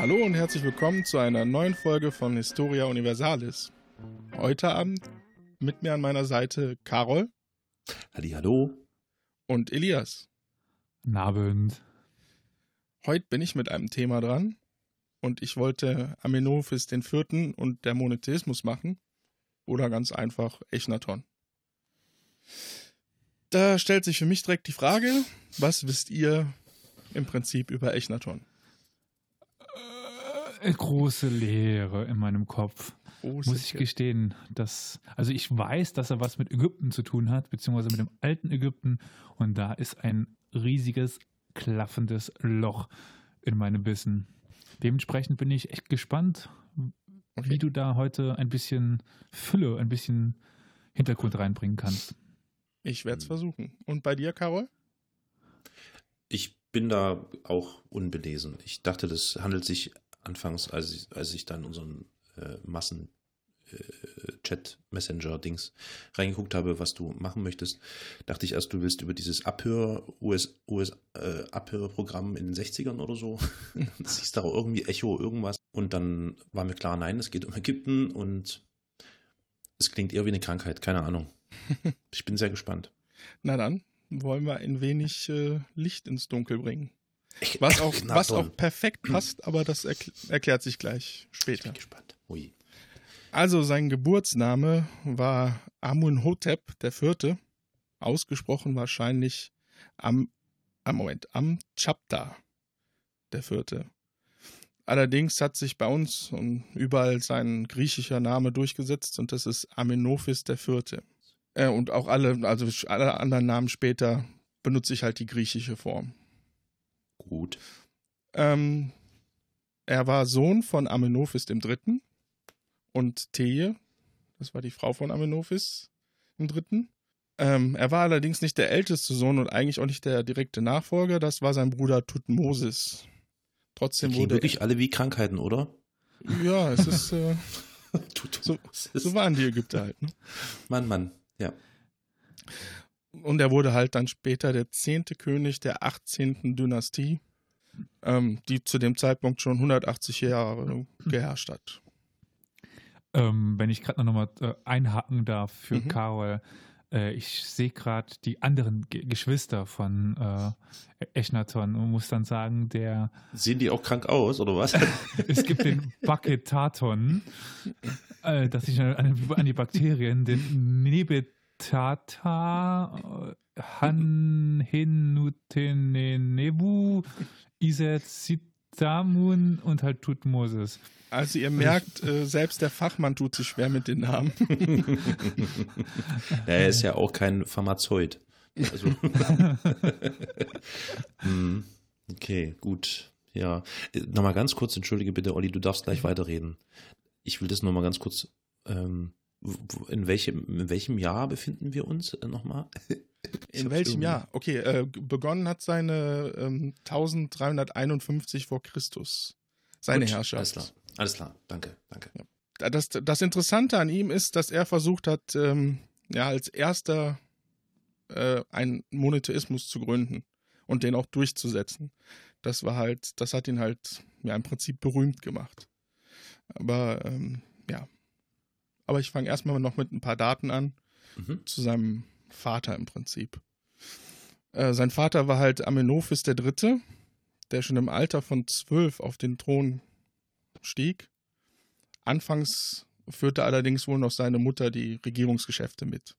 Hallo und herzlich willkommen zu einer neuen Folge von Historia Universalis. Heute Abend mit mir an meiner Seite Carol. Hallihallo. Und Elias. Guten Abend. Heute bin ich mit einem Thema dran und ich wollte Amenophis IV. Und der Monotheismus machen oder ganz einfach Echnaton. Da stellt sich für mich direkt die Frage, was wisst ihr im Prinzip über Echnaton? Große Leere in meinem Kopf. Muss ich gestehen. Also ich weiß, dass er was mit Ägypten zu tun hat, beziehungsweise mit dem alten Ägypten. Und da ist ein riesiges, klaffendes Loch in meinem Wissen. Dementsprechend bin ich echt gespannt, wie du da heute ein bisschen Fülle, ein bisschen Hintergrund reinbringen kannst. Ich werde es versuchen. Und bei dir, Carol? Ich bin da auch unbelesen. Ich dachte, das handelt sich anfangs, als ich dann unseren Massen-Chat-Messenger-Dings reingeguckt habe, was du machen möchtest, dachte ich erst, du willst über dieses Abhörprogramm in den 60ern oder so. Das hieß da auch irgendwie Echo irgendwas. Und dann war mir klar, nein, es geht um Ägypten und es klingt eher wie eine Krankheit, keine Ahnung. Ich bin sehr gespannt. Na dann wollen wir ein wenig Licht ins Dunkel bringen. Was auch perfekt passt, aber das erklärt sich gleich später. Ich bin gespannt. Ui. Also sein Geburtsname war Amenhotep IV., ausgesprochen wahrscheinlich Amchapta IV. Allerdings hat sich bei uns überall sein griechischer Name durchgesetzt und das ist Amenophis IV. Und auch alle anderen Namen später benutze ich halt die griechische Form. Gut. Er war Sohn von Amenophis III. Und Theye, das war die Frau von Amenophis III. Er war allerdings nicht der älteste Sohn und eigentlich auch nicht der direkte Nachfolger, das war sein Bruder Thutmosis. Trotzdem die wurde wirklich alle wie Krankheiten, oder? Ja, es ist so waren die Ägypter halt. Ne? Mann, ja. Und er wurde halt dann später der 10. König der 18. Dynastie, die zu dem Zeitpunkt schon 180 Jahre geherrscht hat. Wenn ich gerade noch mal einhaken darf für Carol, ich sehe gerade die anderen Geschwister von Echnaton und muss dann sagen, Sehen die auch krank aus, oder was? Es gibt den Baketaton, das sich an die Bakterien, den Nebetata, Hanhenutenenebu, Isetsitamun und halt Thutmosis. Also ihr merkt, selbst der Fachmann tut sich schwer mit den Namen. Er ist ja auch kein Pharmazeut. Also okay, gut. Ja, nochmal ganz kurz, entschuldige bitte, Olli, du darfst gleich weiterreden. Ich will das nochmal ganz kurz, in welchem Jahr befinden wir uns nochmal? In welchem Jahr? Okay, begonnen hat seine 1351 vor Christus. Seine Herrschaft. Alles klar. Danke. Ja. Das Interessante an ihm ist, dass er versucht hat, als erster einen Monotheismus zu gründen und den auch durchzusetzen. Das hat ihn halt im Prinzip berühmt gemacht. Aber ich fange erstmal noch mit ein paar Daten an zu seinem Vater im Prinzip. Sein Vater war halt Amenophis III., der schon im Alter von 12 auf den Thron stieg. Anfangs führte allerdings wohl noch seine Mutter die Regierungsgeschäfte mit.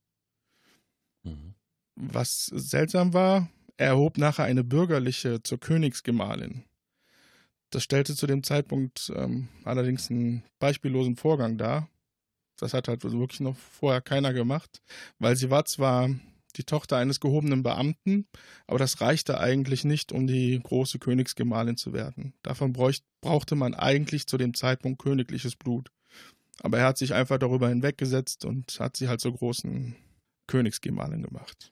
Was seltsam war, er erhob nachher eine bürgerliche zur Königsgemahlin. Das stellte zu dem Zeitpunkt allerdings einen beispiellosen Vorgang dar. Das hat halt wirklich noch vorher keiner gemacht, weil sie war zwar die Tochter eines gehobenen Beamten, aber das reichte eigentlich nicht, um die große Königsgemahlin zu werden. Davon brauchte man eigentlich zu dem Zeitpunkt königliches Blut. Aber er hat sich einfach darüber hinweggesetzt und hat sie halt zur großen Königsgemahlin gemacht.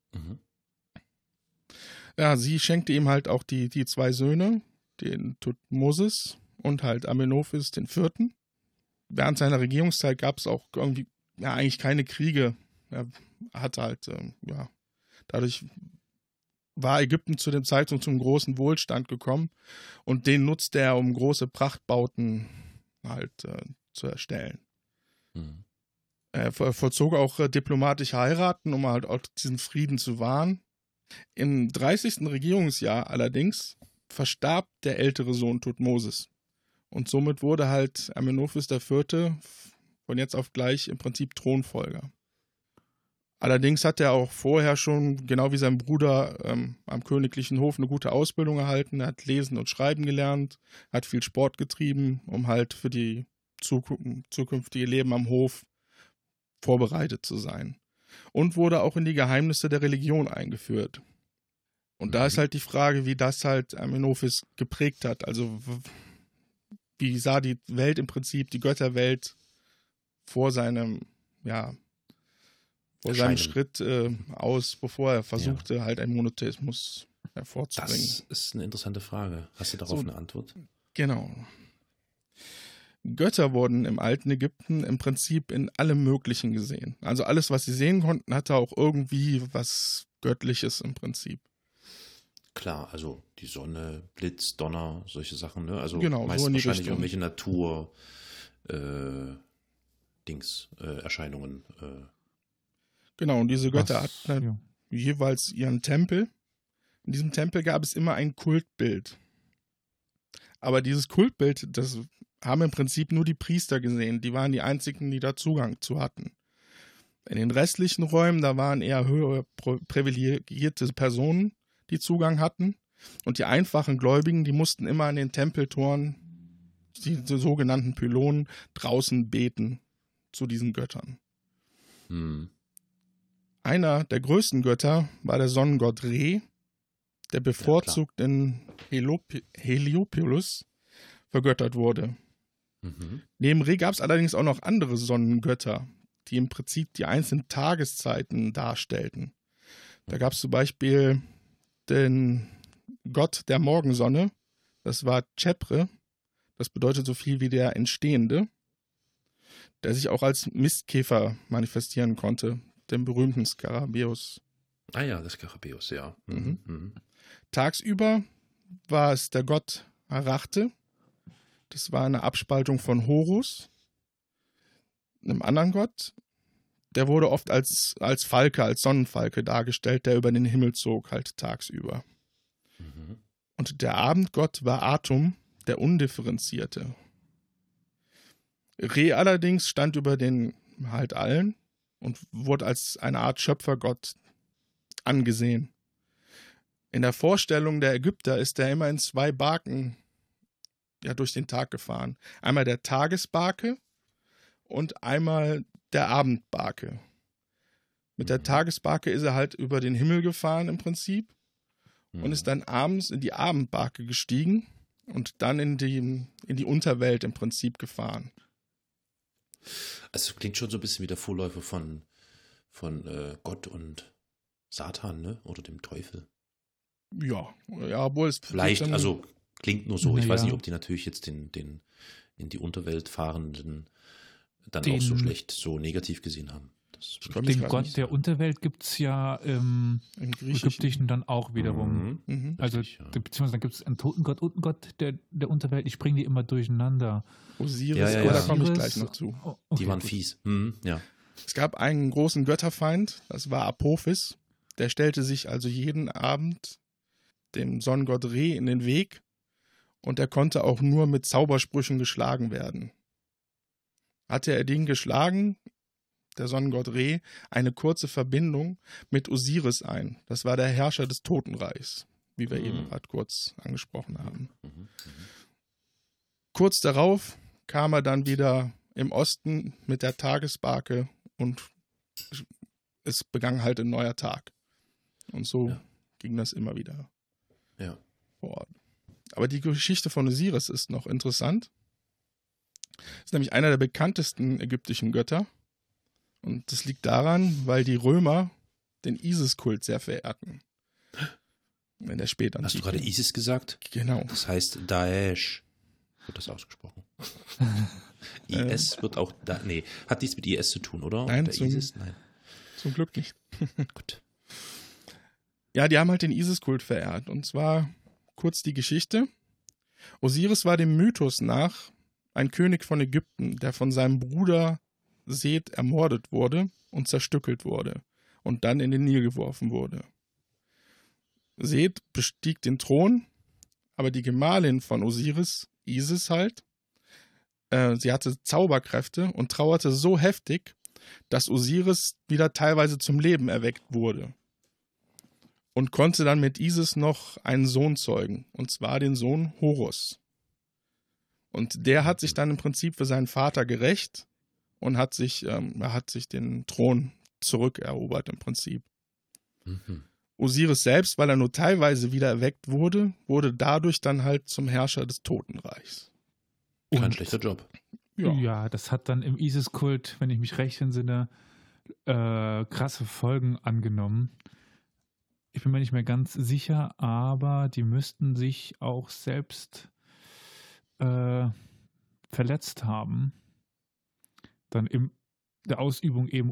Ja, sie schenkte ihm halt auch die 2 Söhne, den Thutmosis und halt Amenophis IV. Während seiner Regierungszeit gab es auch irgendwie eigentlich keine Kriege. Er hatte halt, dadurch war Ägypten zu dem Zeitpunkt zum großen Wohlstand gekommen und den nutzte er, um große Prachtbauten halt zu erstellen. Mhm. Er vollzog auch diplomatische Heiraten, um halt auch diesen Frieden zu wahren. Im 30. Regierungsjahr allerdings verstarb der ältere Sohn Thutmosis. Und somit wurde halt Amenophis IV. Von jetzt auf gleich im Prinzip Thronfolger. Allerdings hat er auch vorher schon, genau wie sein Bruder, am königlichen Hof eine gute Ausbildung erhalten. Er hat Lesen und Schreiben gelernt, hat viel Sport getrieben, um halt für die zukünftige Leben am Hof vorbereitet zu sein. Und wurde auch in die Geheimnisse der Religion eingeführt. Und da ist halt die Frage, wie das halt Amenophis geprägt hat. Also wie sah die Welt im Prinzip, die Götterwelt vor seinem, seinem Schritt aus, bevor er versuchte, halt einen Monotheismus hervorzubringen. Das ist eine interessante Frage. Hast du darauf eine Antwort? Genau. Götter wurden im alten Ägypten im Prinzip in allem Möglichen gesehen. Also alles, was sie sehen konnten, hatte auch irgendwie was Göttliches im Prinzip. Klar, also die Sonne, Blitz, Donner, solche Sachen, ne? Also genau, meist so in die wahrscheinlich Richtung. irgendwelche Natur Erscheinungen. Genau, und diese Götter hatten jeweils ihren Tempel. In diesem Tempel gab es immer ein Kultbild. Aber dieses Kultbild, das haben im Prinzip nur die Priester gesehen. Die waren die einzigen, die da Zugang zu hatten. In den restlichen Räumen, da waren eher höher privilegierte Personen, die Zugang hatten. Und die einfachen Gläubigen, die mussten immer an den Tempeltoren, die sogenannten Pylonen, draußen beten zu diesen Göttern. Einer der größten Götter war der Sonnengott Re, der bevorzugt in Heliopolis vergöttert wurde. Neben Re gab es allerdings auch noch andere Sonnengötter, die im Prinzip die einzelnen Tageszeiten darstellten. Da gab es zum Beispiel den Gott der Morgensonne, das war Chepre, das bedeutet so viel wie der Entstehende, der sich auch als Mistkäfer manifestieren konnte, den berühmten Skarabäus. Ah ja, der Skarabäus, ja. Tagsüber war es der Gott Arachte, das war eine Abspaltung von Horus, einem anderen Gott. Der wurde oft als Falke, als Sonnenfalke dargestellt, der über den Himmel zog, halt tagsüber. Und der Abendgott war Atum, der Undifferenzierte. Re allerdings stand über den halt allen und wurde als eine Art Schöpfergott angesehen. In der Vorstellung der Ägypter ist er immer in 2 Barken durch den Tag gefahren. Einmal der Tagesbarke und einmal der Abendbarke. Mit der Tagesbarke ist er halt über den Himmel gefahren im Prinzip und ist dann abends in die Abendbarke gestiegen und dann in die Unterwelt im Prinzip gefahren. Also klingt schon so ein bisschen wie der Vorläufer von Gott und Satan, ne? Oder dem Teufel. Ja, obwohl es vielleicht, also klingt nur so. Ich weiß nicht, ob die natürlich jetzt den in die Unterwelt fahrenden dann auch so schlecht, so negativ gesehen haben. Den Gott der Unterwelt gibt es ja im Ägyptischen dann auch wiederum. Also, beziehungsweise dann gibt es einen toten Gott und einen Gott der Unterwelt. Ich bringe die immer durcheinander. Osiris, da komme ich gleich noch zu. Okay, die waren fies. Ja. Es gab einen großen Götterfeind, das war Apophis. Der stellte sich also jeden Abend dem Sonnengott Re in den Weg und er konnte auch nur mit Zaubersprüchen geschlagen werden. Hatte er den geschlagen, der Sonnengott Re, eine kurze Verbindung mit Osiris ein. Das war der Herrscher des Totenreichs, wie wir eben gerade kurz angesprochen haben. Kurz darauf kam er dann wieder im Osten mit der Tagesbarke und es begann halt ein neuer Tag. Und so ging das immer wieder fort. Aber die Geschichte von Osiris ist noch interessant. Ist nämlich einer der bekanntesten ägyptischen Götter. Und das liegt daran, weil die Römer den Isis-Kult sehr verehrten. In der Spätantike. Hast du gerade Isis gesagt? Genau. Das heißt Daesh. Wird das ausgesprochen? IS wird auch hat nichts mit IS zu tun, oder? Nein, Isis? Nein. Zum Glück nicht. Gut. Ja, die haben halt den Isis-Kult verehrt. Und zwar kurz die Geschichte. Osiris war dem Mythos nach ein König von Ägypten, der von seinem Bruder Seth ermordet wurde und zerstückelt wurde und dann in den Nil geworfen wurde. Seth bestieg den Thron, aber die Gemahlin von Osiris, Isis halt, sie hatte Zauberkräfte und trauerte so heftig, dass Osiris wieder teilweise zum Leben erweckt wurde und konnte dann mit Isis noch einen Sohn zeugen, und zwar den Sohn Horus. Und der hat sich dann im Prinzip für seinen Vater gerächt und hat sich den Thron zurückerobert im Prinzip. Mhm. Osiris selbst, weil er nur teilweise wieder erweckt wurde, wurde dadurch dann halt zum Herrscher des Totenreichs. Kein schlechter Job. Ja, das hat dann im Isis-Kult, wenn ich mich recht entsinne, krasse Folgen angenommen. Ich bin mir nicht mehr ganz sicher, aber die müssten sich auch selbst verletzt haben. Dann in der Ausübung eben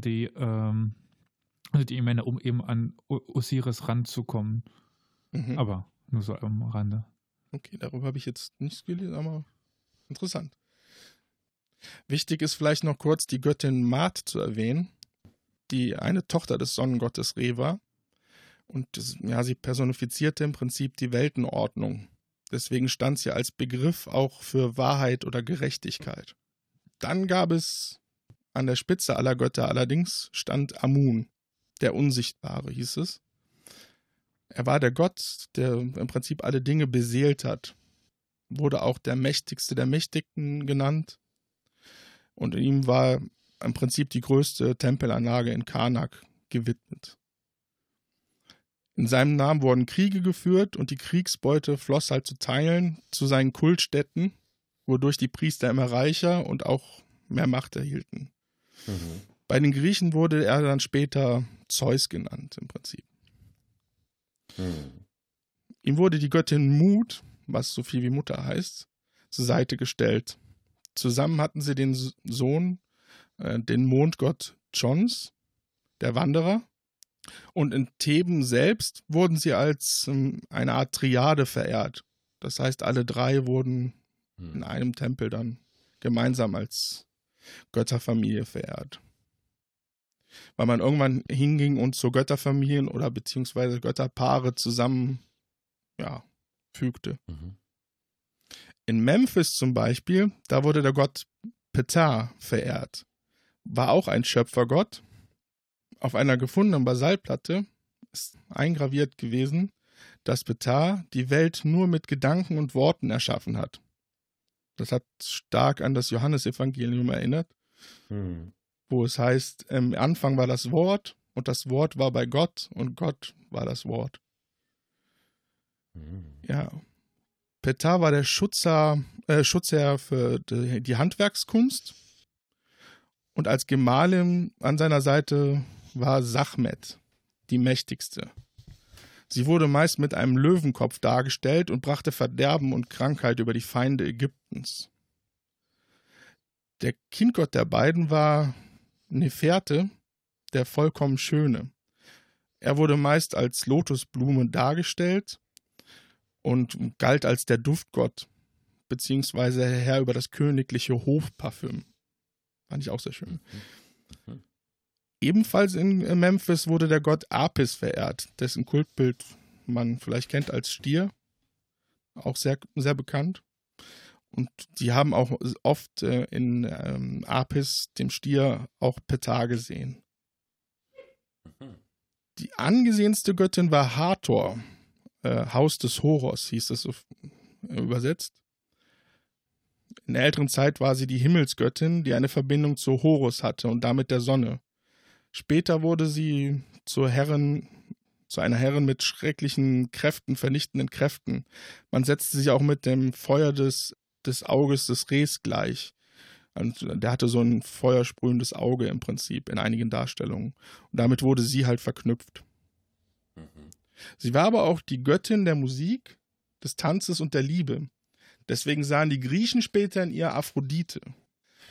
die Männer, um eben an Osiris ranzukommen. Mhm. Aber nur so am Rande. Okay, darüber habe ich jetzt nichts gelesen, aber interessant. Wichtig ist vielleicht noch kurz die Göttin Maat zu erwähnen, die eine Tochter des Sonnengottes Re war. Und sie personifizierte im Prinzip die Weltenordnung. Deswegen stand sie als Begriff auch für Wahrheit oder Gerechtigkeit. Dann gab es an der Spitze aller Götter allerdings stand Amun, der Unsichtbare hieß es. Er war der Gott, der im Prinzip alle Dinge beseelt hat. Wurde auch der Mächtigste der Mächtigen genannt. Und ihm war im Prinzip die größte Tempelanlage in Karnak gewidmet. In seinem Namen wurden Kriege geführt und die Kriegsbeute floss halt zu Teilen zu seinen Kultstätten, wodurch die Priester immer reicher und auch mehr Macht erhielten. Mhm. Bei den Griechen wurde er dann später Zeus genannt im Prinzip. Mhm. Ihm wurde die Göttin Mut, was so viel wie Mutter heißt, zur Seite gestellt. Zusammen hatten sie den Sohn, den Mondgott Chons, der Wanderer. Und in Theben selbst wurden sie als eine Art Triade verehrt. Das heißt, alle drei wurden in einem Tempel dann gemeinsam als Götterfamilie verehrt. Weil man irgendwann hinging und so Götterfamilien oder beziehungsweise Götterpaare zusammen fügte. Mhm. In Memphis zum Beispiel, da wurde der Gott Ptah verehrt. War auch ein Schöpfergott. Auf einer gefundenen Basaltplatte ist eingraviert gewesen, dass Ptah die Welt nur mit Gedanken und Worten erschaffen hat. Das hat stark an das Johannesevangelium erinnert, wo es heißt, im Anfang war das Wort und das Wort war bei Gott und Gott war das Wort. Ja. Ptah war der Schutzherr für die Handwerkskunst und als Gemahlin an seiner Seite war Sachmet, die mächtigste. Sie wurde meist mit einem Löwenkopf dargestellt und brachte Verderben und Krankheit über die Feinde Ägyptens. Der Kindgott der beiden war Neferte, der vollkommen Schöne. Er wurde meist als Lotusblume dargestellt und galt als der Duftgott, beziehungsweise Herr über das königliche Hofparfüm. Fand ich auch sehr schön. Ebenfalls in Memphis wurde der Gott Apis verehrt, dessen Kultbild man vielleicht kennt als Stier, auch sehr, sehr bekannt. Und die haben auch oft in Apis, dem Stier, auch Ptah gesehen. Die angesehenste Göttin war Hathor, Haus des Horus, hieß es so übersetzt. In der älteren Zeit war sie die Himmelsgöttin, die eine Verbindung zu Horus hatte und damit der Sonne. Später wurde sie zu einer Herrin mit schrecklichen Kräften, vernichtenden Kräften. Man setzte sie auch mit dem Feuer des Auges des Rehs gleich. Und der hatte so ein feuersprühendes Auge im Prinzip in einigen Darstellungen. Und damit wurde sie halt verknüpft. Sie war aber auch die Göttin der Musik, des Tanzes und der Liebe. Deswegen sahen die Griechen später in ihr Aphrodite.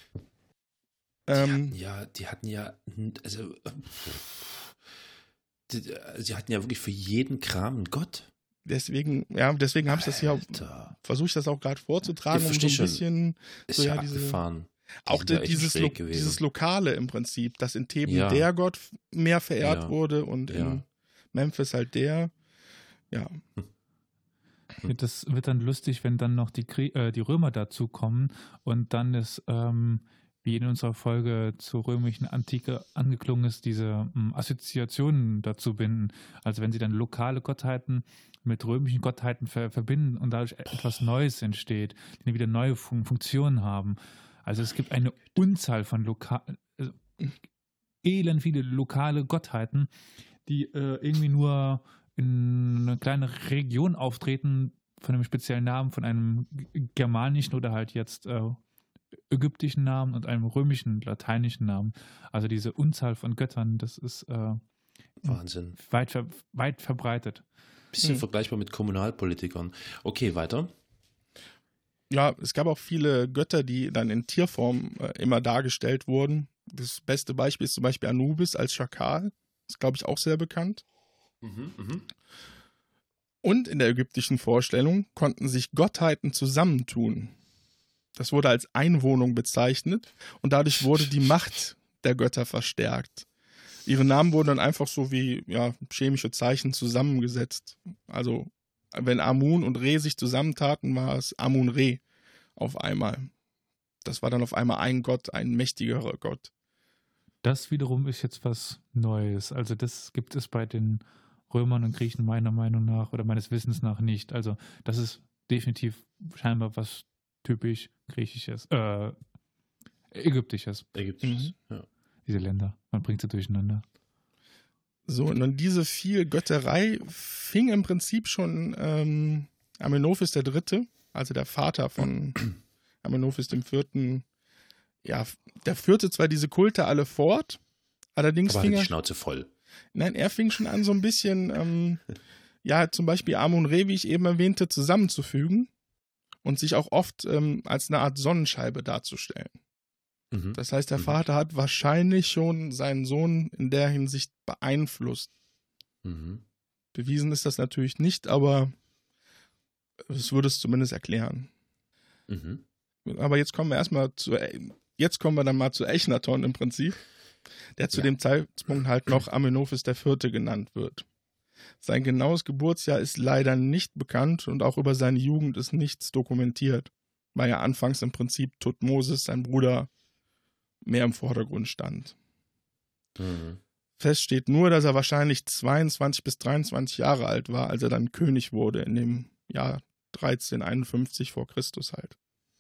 Die hatten ja, sie hatten ja wirklich für jeden Kram einen Gott. Deswegen habe ich das hier, versuche ich das auch gerade vorzutragen, um so ein bisschen ist ja abgefahren. Auch dieses Lokale im Prinzip, dass in Theben der Gott mehr verehrt wurde und in Memphis halt der. Ja. Das wird dann lustig, wenn dann noch die Römer dazu kommen und dann ist, wie in unserer Folge zur römischen Antike angeklungen ist, diese Assoziationen dazu binden. Also wenn sie dann lokale Gottheiten mit römischen Gottheiten verbinden und dadurch etwas Neues entsteht, die wieder neue Funktionen haben. Also es gibt eine Unzahl von elend viele lokale Gottheiten, die irgendwie nur in einer kleinen Region auftreten, von einem speziellen Namen, von einem germanischen oder halt jetzt ägyptischen Namen und einem römischen, lateinischen Namen. Also diese Unzahl von Göttern, das ist Wahnsinn. Weit verbreitet. Bisschen vergleichbar mit Kommunalpolitikern. Okay, weiter. Ja, es gab auch viele Götter, die dann in Tierform immer dargestellt wurden. Das beste Beispiel ist zum Beispiel Anubis als Schakal. Das ist, glaube ich, auch sehr bekannt. Und in der ägyptischen Vorstellung konnten sich Gottheiten zusammentun. Das wurde als Einwohnung bezeichnet und dadurch wurde die Macht der Götter verstärkt. Ihre Namen wurden dann einfach so wie chemische Zeichen zusammengesetzt. Also wenn Amun und Re sich zusammentaten, war es Amun-Re auf einmal. Das war dann auf einmal ein Gott, ein mächtigerer Gott. Das wiederum ist jetzt was Neues. Also das gibt es bei den Römern und Griechen meiner Meinung nach oder meines Wissens nach nicht. Also das ist definitiv scheinbar was typisch Griechisches, Ägyptisches. Ja. Diese Länder, man bringt sie durcheinander. So, und dann diese viel Götterei fing im Prinzip schon Amenophis III., also der Vater von Amenophis IV., der führte zwar diese Kulte alle fort, allerdings aber die Schnauze voll. Nein, er fing schon an, so ein bisschen, zum Beispiel Amun-Re, wie ich eben erwähnte, zusammenzufügen und sich auch oft als eine Art Sonnenscheibe darzustellen. Das heißt, der Vater hat wahrscheinlich schon seinen Sohn in der Hinsicht beeinflusst. Bewiesen ist das natürlich nicht, aber es würde es zumindest erklären. Aber jetzt kommen wir dann mal zu Echnaton im Prinzip, der zu dem Zeitpunkt halt noch Amenophis IV. Genannt wird. Sein genaues Geburtsjahr ist leider nicht bekannt und auch über seine Jugend ist nichts dokumentiert, weil ja anfangs im Prinzip Thutmosis, sein Bruder, mehr im Vordergrund stand. Fest steht nur, dass er wahrscheinlich 22 bis 23 Jahre alt war, als er dann König wurde in dem Jahr 1351 vor Christus halt.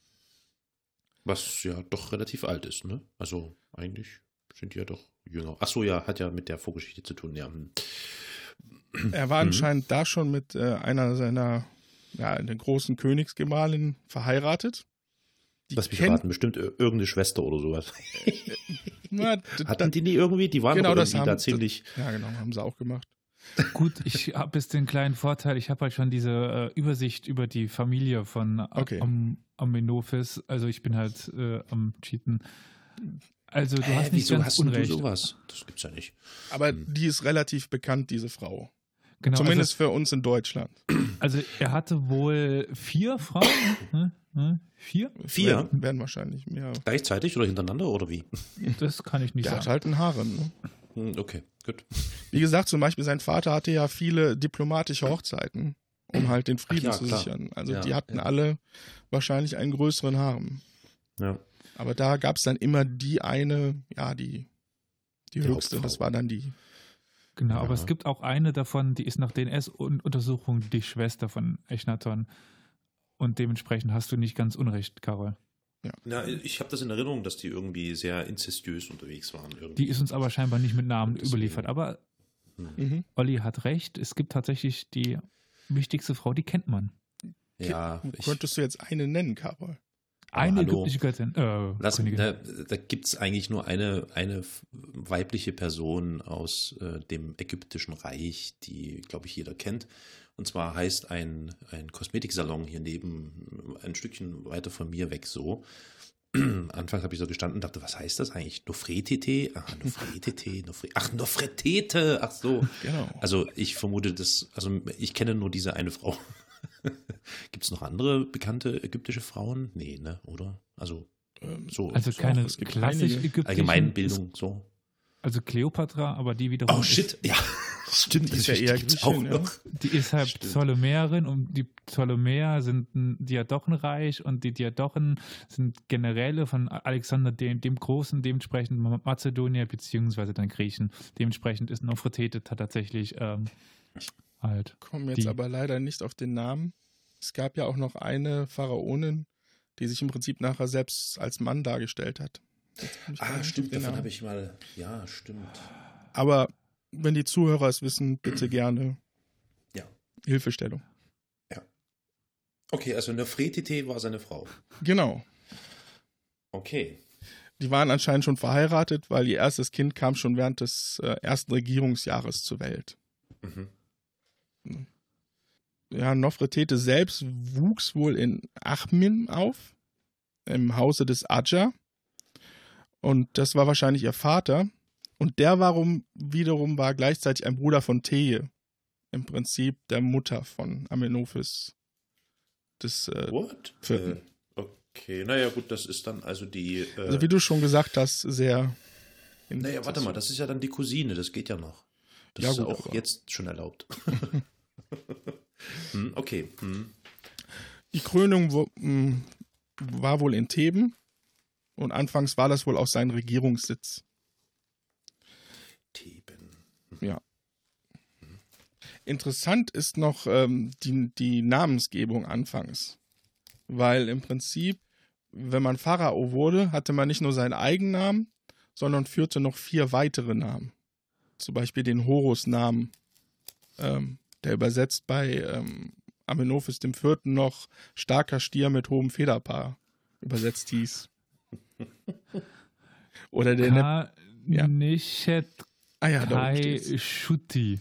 Was ja doch relativ alt ist, ne? Also eigentlich sind die ja doch jünger. Achso, ja, hat ja mit der Vorgeschichte zu tun, ja. Er war anscheinend da schon mit einer seiner einer großen Königsgemahlin verheiratet. Lass mich raten, bestimmt irgendeine Schwester oder sowas. Hatten die nie irgendwie? Die waren genau, doch irgendwie da ziemlich... Ja, genau, haben sie auch gemacht. Gut, ich habe jetzt den kleinen Vorteil, ich habe halt schon diese Übersicht über die Familie von Amenophis, also ich bin halt am Cheaten. Also du hast nicht ganz Unrecht. Du sowas? Das gibt's ja nicht. Aber die ist relativ bekannt, diese Frau. Genau, zumindest für uns in Deutschland. Also er hatte wohl 4 Frauen. 4? 4? Werden wahrscheinlich mehr. Gleichzeitig oder hintereinander oder wie? Das kann ich nicht sagen. Der hat halt einen Harem. Ne? Okay, gut. Wie gesagt, zum Beispiel sein Vater hatte ja viele diplomatische Hochzeiten, um halt den Frieden zu sichern. Also die hatten alle wahrscheinlich einen größeren Harem. Ja. Aber da gab es dann immer die eine, die höchste, das war dann die. Genau, aber es gibt auch eine davon, die ist nach DNS-Untersuchungen die Schwester von Echnaton. Und dementsprechend hast du nicht ganz Unrecht, Carol. Ja, ich habe das in Erinnerung, dass die irgendwie sehr inzestiös unterwegs waren. Irgendwie. Die ist uns aber scheinbar nicht mit Namen überliefert. Aber Olli hat recht, es gibt tatsächlich die wichtigste Frau, die kennt man. Ja. Könntest du jetzt eine nennen, Carol? Eine ägyptische Göttin. Da gibt es eigentlich nur eine weibliche Person aus dem ägyptischen Reich, die, glaube ich, jeder kennt. Und zwar heißt ein Kosmetiksalon hier neben, ein Stückchen weiter von mir weg so. Anfangs habe ich so gestanden und dachte, was heißt das eigentlich? Nofretete? Nofretete. Ach so. Genau. Also ich vermute, ich kenne nur diese eine Frau. Gibt es noch andere bekannte ägyptische Frauen? Nee, ne, oder? Also keine klassisch ägyptische Allgemeinbildung, so. Also Kleopatra, aber die wiederum. Oh shit, ja. Stimmt, die ist ja eher Griechin, ja. Die ist halt Ptolemäerin und die Ptolemäer sind ein Diadochenreich und die Diadochen sind Generäle von Alexander dem Großen, dementsprechend Mazedonier beziehungsweise dann Griechen. Dementsprechend ist Nofretete tatsächlich halt. Ich komme jetzt aber leider nicht auf den Namen. Es gab ja auch noch eine Pharaonin, die sich im Prinzip nachher selbst als Mann dargestellt hat. Stimmt, davon habe ich mal, ja, stimmt. Aber wenn die Zuhörer es wissen, bitte gerne Hilfestellung. Ja. Okay, also Nofretete war seine Frau. Genau. Okay. Die waren anscheinend schon verheiratet, weil ihr erstes Kind kam schon während des ersten Regierungsjahres zur Welt. Mhm. Ja, Nofretete selbst wuchs wohl in Achmin auf, im Hause des Adja. Und das war wahrscheinlich ihr Vater. Und der wiederum war gleichzeitig ein Bruder von Theye. Im Prinzip der Mutter von Amenophis des Vierten. Okay, naja gut, das ist dann also die... also wie du schon gesagt hast, sehr... Naja, warte mal, das ist ja dann die Cousine, das geht ja noch. Das ist auch jetzt schon erlaubt. Okay. Die Krönung war wohl in Theben. Und anfangs war das wohl auch sein Regierungssitz. Theben. Ja. Interessant ist noch die Namensgebung anfangs. Weil im Prinzip, wenn man Pharao wurde, hatte man nicht nur seinen Eigennamen, sondern führte noch 4 weitere Namen. Zum Beispiel den Horus-Namen, der übersetzt bei Amenophis IV. Noch starker Stier mit hohem Federpaar übersetzt hieß. Oder der Nechet Kai Schutti.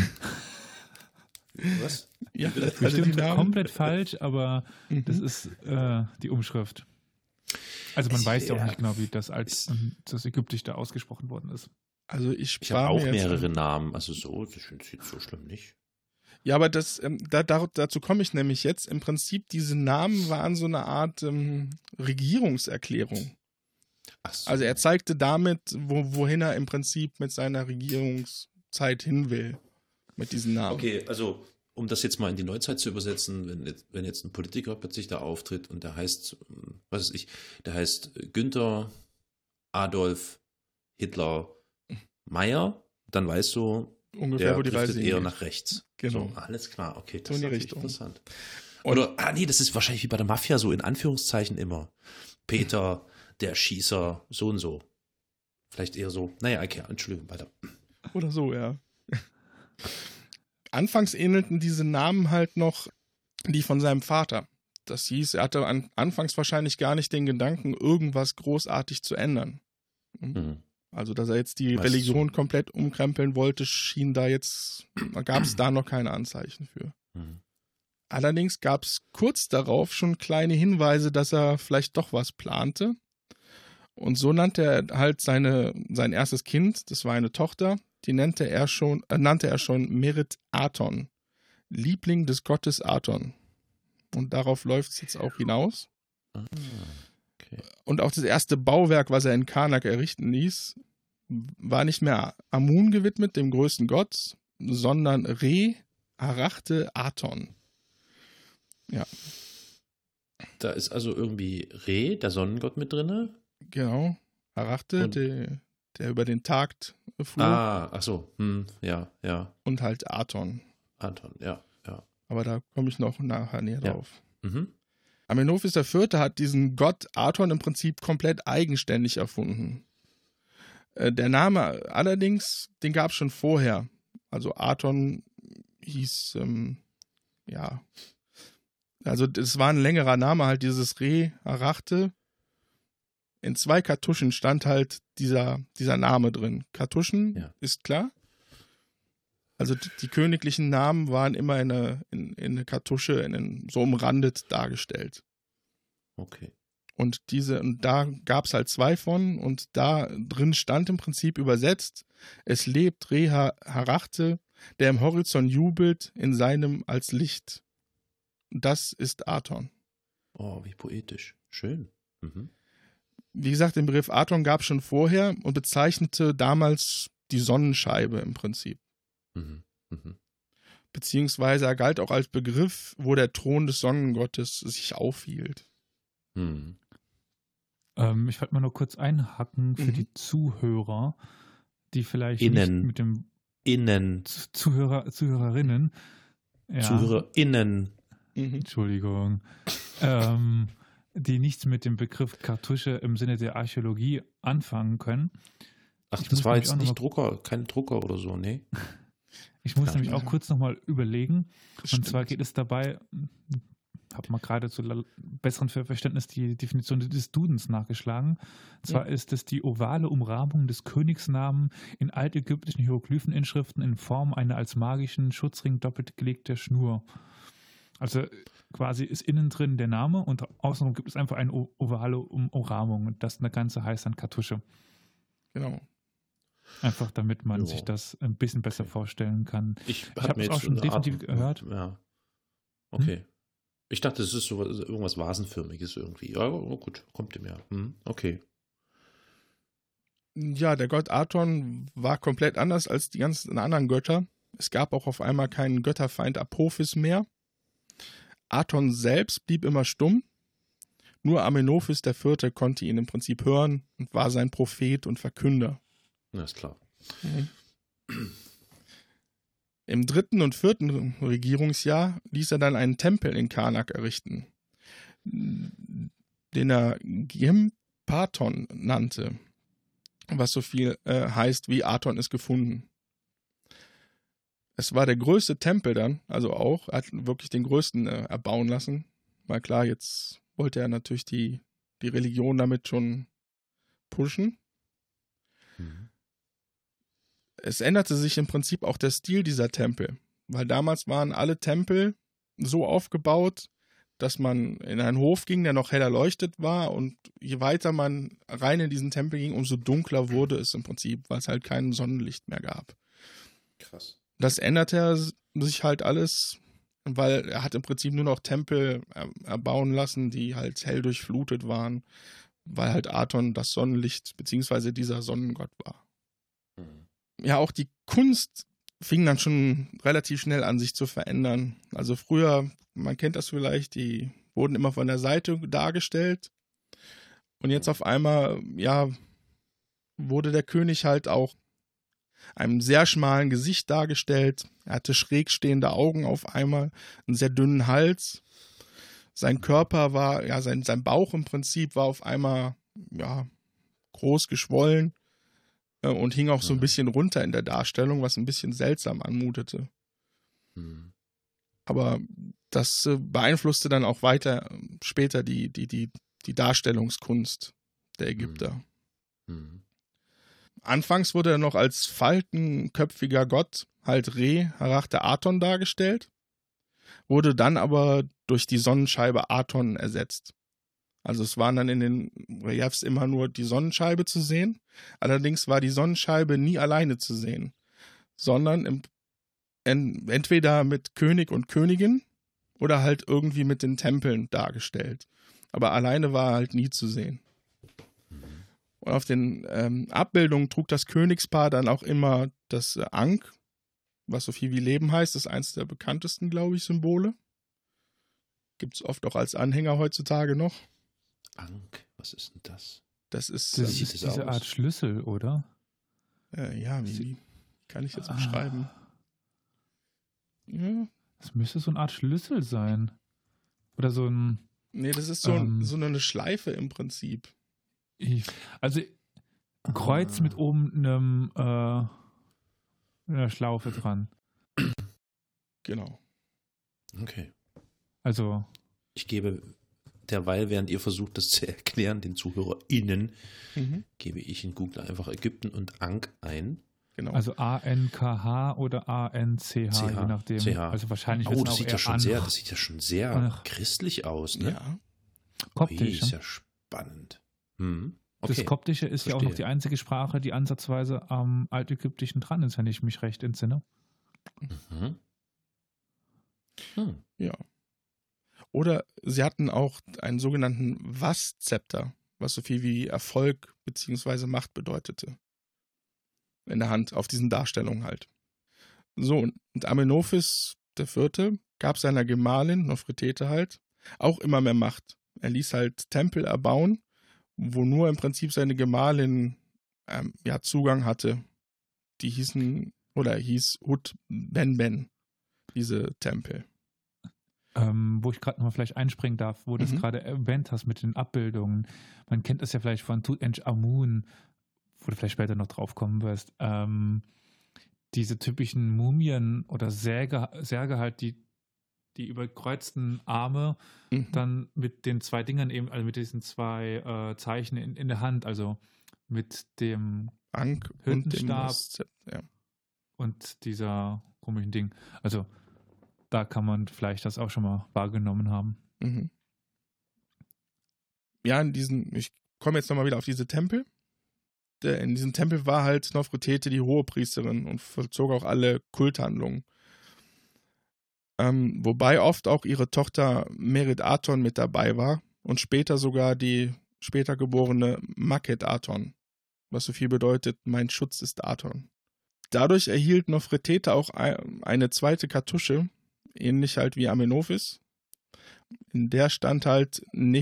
Was? Ja, bestimmt komplett falsch, aber das ist die Umschrift. Also man weiß ja auch nicht genau, wie das als das Ägyptisch da ausgesprochen worden ist. Also ich habe auch mehrere Namen, also so, das finde ich jetzt so schlimm nicht. Ja, aber dazu komme ich nämlich jetzt. Im Prinzip, diese Namen waren so eine Art Regierungserklärung. Ach so. Also er zeigte damit, wohin er im Prinzip mit seiner Regierungszeit hin will. Mit diesen Namen. Okay, also um das jetzt mal in die Neuzeit zu übersetzen, wenn jetzt ein Politiker plötzlich da auftritt und der heißt, was weiß ich, der heißt Günther Adolf Hitler Meyer, dann weißt du, ungefähr, der wo die Reise eher nach rechts. Genau. So, alles klar, okay, das ist interessant. Oder, das ist wahrscheinlich wie bei der Mafia so in Anführungszeichen immer. Peter, der Schießer, so und so. Vielleicht eher so. Naja, okay, Entschuldigung, weiter. Oder so, ja. Anfangs ähnelten diese Namen halt noch die von seinem Vater. Das hieß, er hatte anfangs wahrscheinlich gar nicht den Gedanken, irgendwas großartig zu ändern. Also, dass er jetzt die Religion komplett umkrempeln wollte, gab es da noch keine Anzeichen für. Allerdings gab es kurz darauf schon kleine Hinweise, dass er vielleicht doch was plante. Und so nannte er halt sein erstes Kind, das war eine Tochter, die nannte er schon Merit Aton, Liebling des Gottes Aton. Und darauf läuft es jetzt auch hinaus. Okay. Und auch das erste Bauwerk, was er in Karnak errichten ließ, war nicht mehr Amun gewidmet, dem größten Gott, sondern Re Arachte Aton. Ja. Da ist also irgendwie Re, der Sonnengott, mit drin. Genau. Arachte, der über den Tag fuhr. Ach so. Ja. Und halt Aton. Ja. Aber da komme ich noch nachher näher drauf. Mhm. Amenophis IV. Hat diesen Gott Aton im Prinzip komplett eigenständig erfunden. Der Name allerdings, den gab es schon vorher. Also Aton hieß, also es war ein längerer Name, halt dieses Re Arachte. In 2 Kartuschen stand halt dieser Name drin. Kartuschen, ist klar. Also die königlichen Namen waren immer in eine Kartusche, so umrandet dargestellt. Okay. Und da gab es halt 2 von und da drin stand im Prinzip übersetzt: Es lebt Re-Harachte, der im Horizont jubelt in seinem als Licht. Das ist Aton. Oh, wie poetisch. Schön. Mhm. Wie gesagt, den Begriff Aton gab es schon vorher und bezeichnete damals die Sonnenscheibe im Prinzip. Mhm. Mhm. Beziehungsweise er galt auch als Begriff, wo der Thron des Sonnengottes sich aufhielt. Mhm. Ich wollte mal nur kurz einhaken für die Zuhörer, die vielleicht nicht mit dem Zuhörerinnen. Ja, ZuhörerInnen. Entschuldigung. Die nichts mit dem Begriff Kartusche im Sinne der Archäologie anfangen können. Ach, das war jetzt nicht Drucker, kein Drucker oder so, nee? Ich muss nämlich auch kurz nochmal überlegen. Und zwar geht es dabei, habe mal gerade zu besseren Verständnis die Definition des Dudens nachgeschlagen. Und zwar ist es die ovale Umrahmung des Königsnamen in altägyptischen Hieroglypheninschriften in Form einer als magischen Schutzring doppelt gelegter Schnur. Also quasi ist innen drin der Name und außenrum gibt es einfach eine ovale Umrahmung und das Ganze heißt dann Kartusche. Genau. Einfach damit man sich das ein bisschen besser vorstellen kann. Ich habe es auch schon definitiv gehört. Ja. Okay. Ich dachte, es ist so irgendwas Vasenförmiges irgendwie. Ja, gut, kommt dem ja. Okay. Ja, der Gott Aton war komplett anders als die ganzen anderen Götter. Es gab auch auf einmal keinen Götterfeind Apophis mehr. Aton selbst blieb immer stumm. Nur Amenophis IV. Konnte ihn im Prinzip hören und war sein Prophet und Verkünder. Ja, ist klar. Im 3. und 4. Regierungsjahr ließ er dann einen Tempel in Karnak errichten, den er Gyempaton nannte, was so viel heißt wie Aton ist gefunden. Es war der größte Tempel dann, also auch, er hat wirklich den größten erbauen lassen. Weil klar, jetzt wollte er natürlich die Religion damit schon pushen. Es änderte sich im Prinzip auch der Stil dieser Tempel, weil damals waren alle Tempel so aufgebaut, dass man in einen Hof ging, der noch hell erleuchtet war und je weiter man rein in diesen Tempel ging, umso dunkler wurde es im Prinzip, weil es halt kein Sonnenlicht mehr gab. Krass. Das änderte sich halt alles, weil er hat im Prinzip nur noch Tempel erbauen lassen, die halt hell durchflutet waren, weil halt Aton das Sonnenlicht bzw. dieser Sonnengott war. Ja, auch die Kunst fing dann schon relativ schnell an, sich zu verändern. Also früher, man kennt das vielleicht, die wurden immer von der Seite dargestellt. Und jetzt auf einmal, ja, wurde der König halt auch einem sehr schmalen Gesicht dargestellt. Er hatte schräg stehende Augen auf einmal, einen sehr dünnen Hals. Sein Körper war, ja, sein Bauch im Prinzip war auf einmal, ja, groß geschwollen. Und hing auch so ein bisschen runter in der Darstellung, was ein bisschen seltsam anmutete. Aber das beeinflusste dann auch weiter später die Darstellungskunst der Ägypter. Anfangs wurde er noch als faltenköpfiger Gott, halt Re-Harachte Aton dargestellt, wurde dann aber durch die Sonnenscheibe Aton ersetzt. Also es waren dann in den Reliefs immer nur die Sonnenscheibe zu sehen. Allerdings war die Sonnenscheibe nie alleine zu sehen, sondern entweder mit König und Königin oder halt irgendwie mit den Tempeln dargestellt. Aber alleine war er halt nie zu sehen. Und auf den Abbildungen trug das Königspaar dann auch immer das Ankh, was so viel wie Leben heißt. Das ist eins der bekanntesten, glaube ich, Symbole. Gibt es oft auch als Anhänger heutzutage noch. Ankh, was ist denn das? Das ist diese Art Schlüssel, oder? Ja, wie kann ich jetzt beschreiben? Ja. Das müsste so eine Art Schlüssel sein. Oder so ein... Nee, das ist so eine Schleife im Prinzip. Also Kreuz mit oben einer Schlaufe dran. Genau. Okay. Also... Ich gebe... Derweil, während ihr versucht, das zu erklären, den ZuhörerInnen, gebe ich in Google einfach Ägypten und Ankh ein. Genau. Also A-N-K-H oder A-N-C-H, je nachdem. C-H. Also wahrscheinlich das sieht ja schon sehr christlich aus, ne? Ja. Koptisch. Ist ja Spannend. Okay. Das Koptische ist ja auch noch die einzige Sprache, die ansatzweise am Altägyptischen dran ist, wenn ich mich recht entsinne. Ja. Oder sie hatten auch einen sogenannten Was-Zepter, was so viel wie Erfolg bzw. Macht bedeutete. In der Hand, auf diesen Darstellungen halt. So, und Amenophis IV. Gab seiner Gemahlin, Nofretete halt, auch immer mehr Macht. Er ließ halt Tempel erbauen, wo nur im Prinzip seine Gemahlin Zugang hatte. Die hieß Ut-Ben-Ben, diese Tempel. Wo ich gerade nochmal vielleicht einspringen darf, wo du es gerade erwähnt hast mit den Abbildungen. Man kennt das ja vielleicht von Tutanchamun, wo du vielleicht später noch drauf kommen wirst. Diese typischen Mumien oder Särge halt, die überkreuzten Arme dann mit den zwei Dingern eben, also mit diesen zwei Zeichen in der Hand, also mit dem Ankh Hüttenstab und dieser komischen Ding. Also da kann man vielleicht das auch schon mal wahrgenommen haben. Ja, ich komme jetzt nochmal wieder auf diese Tempel. In diesem Tempel war halt Nofretete die Hohepriesterin und vollzog auch alle Kulthandlungen. Wobei oft auch ihre Tochter Merit Aton mit dabei war und später sogar die später geborene Maket Aton, was so viel bedeutet, mein Schutz ist Aton. Dadurch erhielt Nofretete auch eine zweite Kartusche, ähnlich halt wie Amenophis. In der stand halt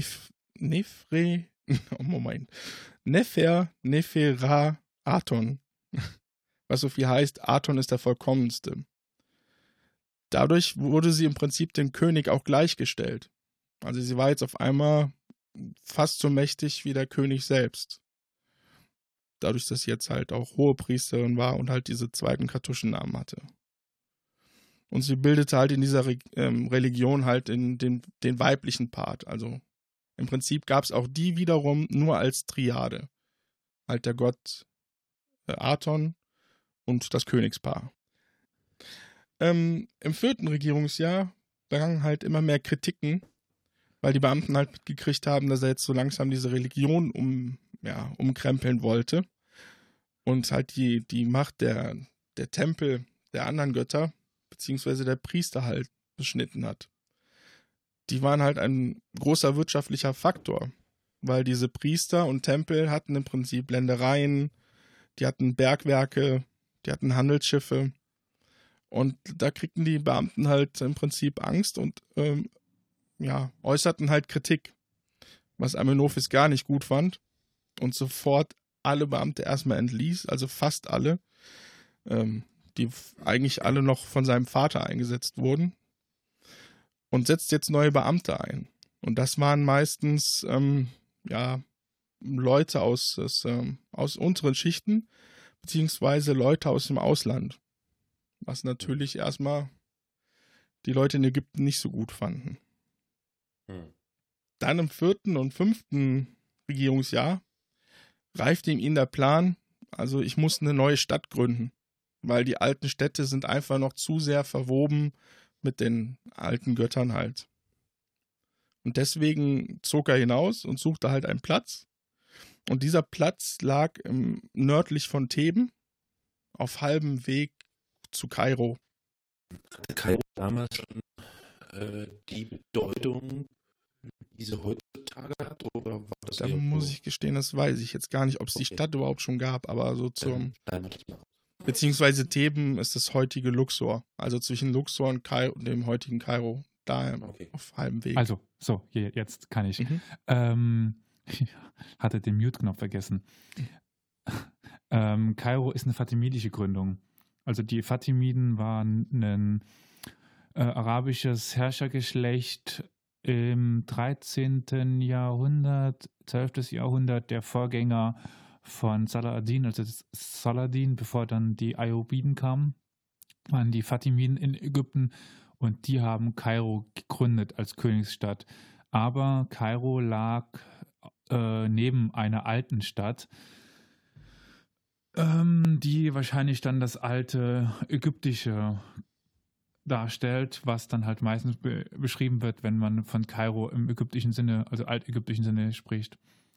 Nefera Aton, was so viel heißt, Aton ist der Vollkommenste. Dadurch wurde sie im Prinzip dem König auch gleichgestellt. Also sie war jetzt auf einmal fast so mächtig wie der König selbst. Dadurch, dass sie jetzt halt auch Hohepriesterin war und halt diese zweiten Kartuschennamen hatte. Und sie bildete halt in dieser Religion halt den weiblichen Part. Also im Prinzip gab es auch die wiederum nur als Triade. Halt der Gott Aton und das Königspaar. Im 4. Regierungsjahr begannen halt immer mehr Kritiken, weil die Beamten halt mitgekriegt haben, dass er jetzt so langsam diese Religion umkrempeln wollte und halt die Macht der Tempel der anderen Götter beziehungsweise der Priester halt beschnitten hat. Die waren halt ein großer wirtschaftlicher Faktor, weil diese Priester und Tempel hatten im Prinzip Ländereien, die hatten Bergwerke, die hatten Handelsschiffe. Und da kriegten die Beamten halt im Prinzip Angst und äußerten halt Kritik, was Amenophis gar nicht gut fand und sofort alle Beamte erstmal entließ, also fast alle, die eigentlich alle noch von seinem Vater eingesetzt wurden, und setzt jetzt neue Beamte ein. Und das waren meistens Leute aus unteren Schichten, beziehungsweise Leute aus dem Ausland. Was natürlich erstmal die Leute in Ägypten nicht so gut fanden. Dann im 4. und 5. Regierungsjahr reifte ihm der Plan, also ich muss eine neue Stadt gründen, weil die alten Städte sind einfach noch zu sehr verwoben mit den alten Göttern halt. Und deswegen zog er hinaus und suchte halt einen Platz. Und dieser Platz lag nördlich von Theben, auf halbem Weg zu Kairo. Hatte Kairo damals schon die Bedeutung, die sie heutzutage hat? Oder war das da muss ich gestehen, das weiß ich jetzt gar nicht, ob es die Stadt überhaupt schon gab, aber so beziehungsweise Theben ist das heutige Luxor. Also zwischen Luxor und dem heutigen Kairo. Da auf halbem Weg. Also, so, jetzt kann ich. Ich hatte den Mute-Knopf vergessen. Kairo ist eine fatimidische Gründung. Also die Fatimiden waren ein arabisches Herrschergeschlecht im 13. Jahrhundert, 12. Jahrhundert, der Vorgänger von Saladin, also Saladin, bevor dann die Ayyubiden kamen, waren die Fatimiden in Ägypten und die haben Kairo gegründet als Königsstadt. Aber Kairo lag neben einer alten Stadt, die wahrscheinlich dann das alte Ägyptische darstellt, was dann halt meistens beschrieben wird, wenn man von Kairo im ägyptischen Sinne, also altägyptischen Sinne spricht.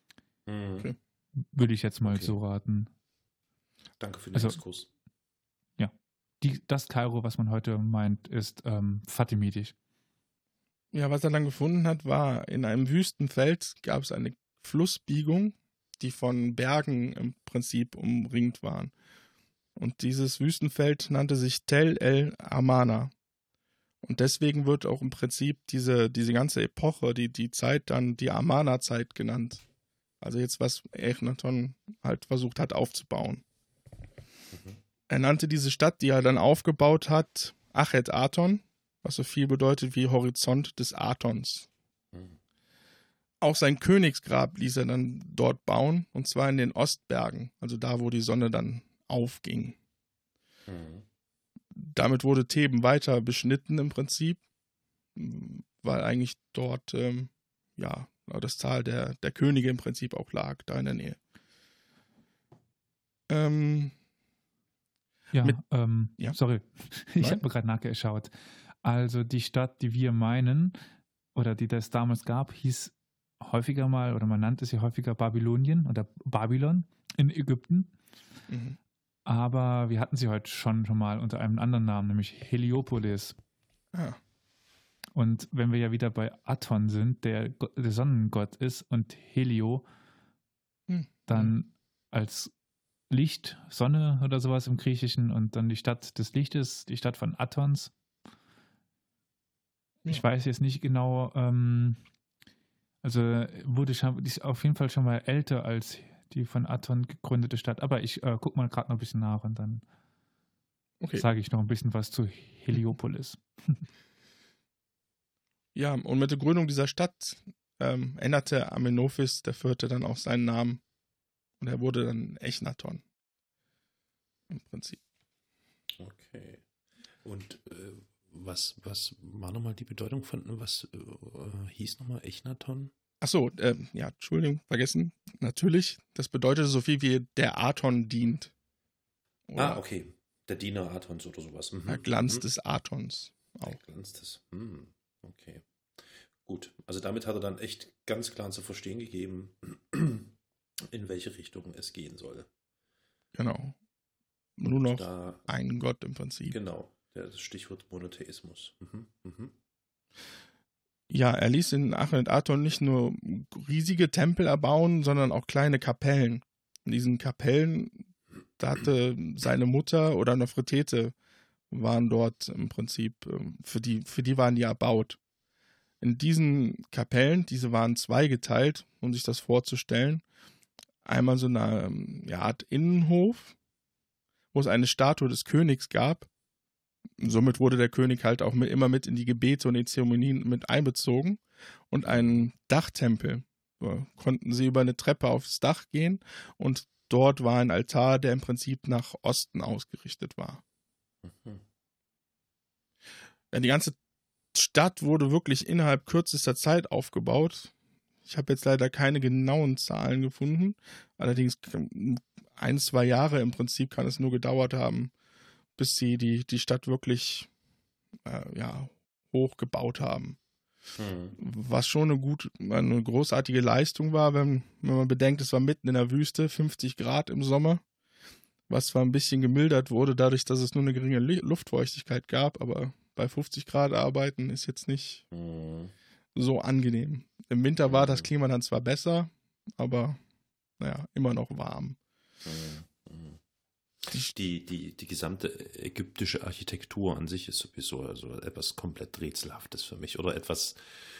Okay. Würde ich jetzt mal so raten. Danke für den Exkurs. Ja. Das Kairo, was man heute meint, ist Fatimidisch. Ja, was er dann gefunden hat, war, in einem Wüstenfeld gab es eine Flussbiegung, die von Bergen im Prinzip umringt waren. Und dieses Wüstenfeld nannte sich Tel el Amarna. Und deswegen wird auch im Prinzip diese ganze Epoche, die Zeit dann die Amarna-Zeit genannt. Also jetzt, was Echnaton halt versucht hat aufzubauen. Er nannte diese Stadt, die er dann aufgebaut hat, Achet Aton, was so viel bedeutet wie Horizont des Atons. Auch sein Königsgrab ließ er dann dort bauen, und zwar in den Ostbergen, also da, wo die Sonne dann aufging. Damit wurde Theben weiter beschnitten im Prinzip, weil eigentlich dort das Tal der Könige im Prinzip auch lag, da in der Nähe. Sorry, ich habe mir gerade nachgeschaut. Also die Stadt, die wir meinen, oder die das damals gab, hieß häufiger mal, oder man nannte sie häufiger Babylonien oder Babylon in Ägypten. Aber wir hatten sie heute schon mal unter einem anderen Namen, nämlich Heliopolis. Und wenn wir ja wieder bei Aton sind, der Sonnengott ist, und Helio dann als Licht, Sonne oder sowas im Griechischen, und dann die Stadt des Lichtes, die Stadt von Atons. Ich weiß jetzt nicht genau, also ist auf jeden Fall schon mal älter als die von Aton gegründete Stadt, aber ich gucke mal gerade noch ein bisschen nach und dann sage ich noch ein bisschen was zu Heliopolis. Ja, und mit der Gründung dieser Stadt änderte Amenophis IV. Dann auch seinen Namen, und er wurde dann Echnaton im Prinzip. Okay. Und was war nochmal die Bedeutung von, was hieß nochmal Echnaton? Achso, Entschuldigung, vergessen. Natürlich, das bedeutet so viel wie der Aton dient. Oder okay. Der Diener Atons oder sowas. Der Glanz des Atons. Auch. Der Glanz des, okay. Gut, also damit hat er dann echt ganz klar zu verstehen gegeben, in welche Richtung es gehen soll. Genau. Nur noch ein Gott im Prinzip. Genau, das Stichwort Monotheismus. Ja, er ließ in Achet Aton nicht nur riesige Tempel erbauen, sondern auch kleine Kapellen. In diesen Kapellen, da hatte seine Mutter oder Nofretete waren dort im Prinzip, für die waren die erbaut. In diesen Kapellen, diese waren zweigeteilt, um sich das vorzustellen. Einmal so eine Art Innenhof, wo es eine Statue des Königs gab. Somit wurde der König halt auch immer mit in die Gebete und die Zeremonien mit einbezogen. Und einen Dachtempel. So konnten sie über eine Treppe aufs Dach gehen, und dort war ein Altar, der im Prinzip nach Osten ausgerichtet war. Ja, die ganze Stadt wurde wirklich innerhalb kürzester Zeit aufgebaut. Ich habe jetzt leider keine genauen Zahlen gefunden. Allerdings 1-2 Jahre im Prinzip kann es nur gedauert haben, bis sie die Stadt wirklich hochgebaut haben. Was schon eine großartige Leistung war, wenn man bedenkt, es war mitten in der Wüste, 50 Grad im Sommer, was zwar ein bisschen gemildert wurde, dadurch, dass es nur eine geringe Luftfeuchtigkeit gab, aber bei 50 Grad arbeiten ist jetzt nicht so angenehm. Im Winter war das Klima dann zwar besser, aber immer noch warm. Die gesamte ägyptische Architektur an sich ist sowieso also etwas komplett Rätselhaftes für mich. Oder etwas,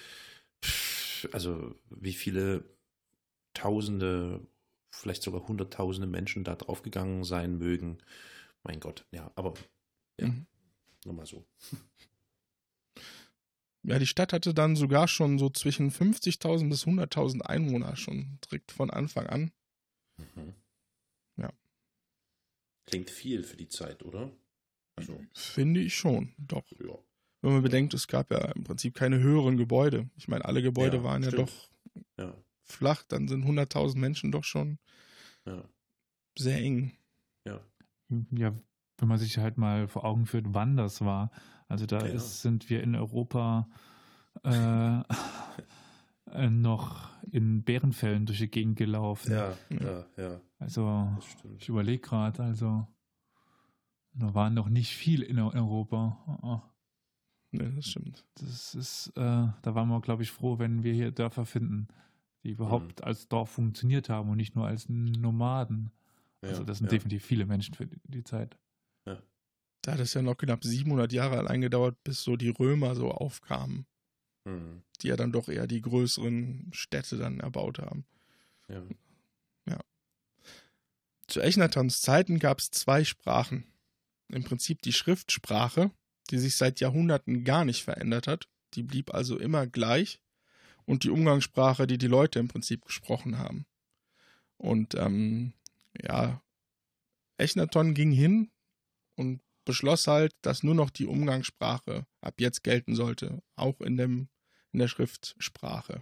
also wie viele Tausende, vielleicht sogar Hunderttausende Menschen da draufgegangen sein mögen. Mein Gott, ja, aber nur mal so. Ja, die Stadt hatte dann sogar schon so zwischen 50.000 bis 100.000 Einwohner schon direkt von Anfang an. Ja. Klingt viel für die Zeit, oder? Also. Finde ich schon, doch. Ja. Wenn man bedenkt, es gab ja im Prinzip keine höheren Gebäude. Ich meine, alle Gebäude waren ja doch flach, dann sind 100.000 Menschen doch schon sehr eng. Ja, wenn man sich halt mal vor Augen führt, wann das war. Also da sind wir in Europa noch in Bärenfällen durch die Gegend gelaufen. Ja. Also ich überlege gerade, also da waren noch nicht viel in Europa. Ne, das stimmt. Das ist, da waren wir, glaube ich, froh, wenn wir hier Dörfer finden, die überhaupt als Dorf funktioniert haben und nicht nur als Nomaden. Also das sind definitiv viele Menschen für die Zeit. Ja. Da hat es ja noch knapp 700 Jahre allein gedauert, bis so die Römer so aufkamen. Die ja dann doch eher die größeren Städte dann erbaut haben. Ja. Zu Echnatons Zeiten gab es 2 Sprachen. Im Prinzip die Schriftsprache, die sich seit Jahrhunderten gar nicht verändert hat. Die blieb also immer gleich. Und die Umgangssprache, die Leute im Prinzip gesprochen haben. Und Echnaton ging hin und beschloss halt, dass nur noch die Umgangssprache ab jetzt gelten sollte. Auch in der Schriftsprache.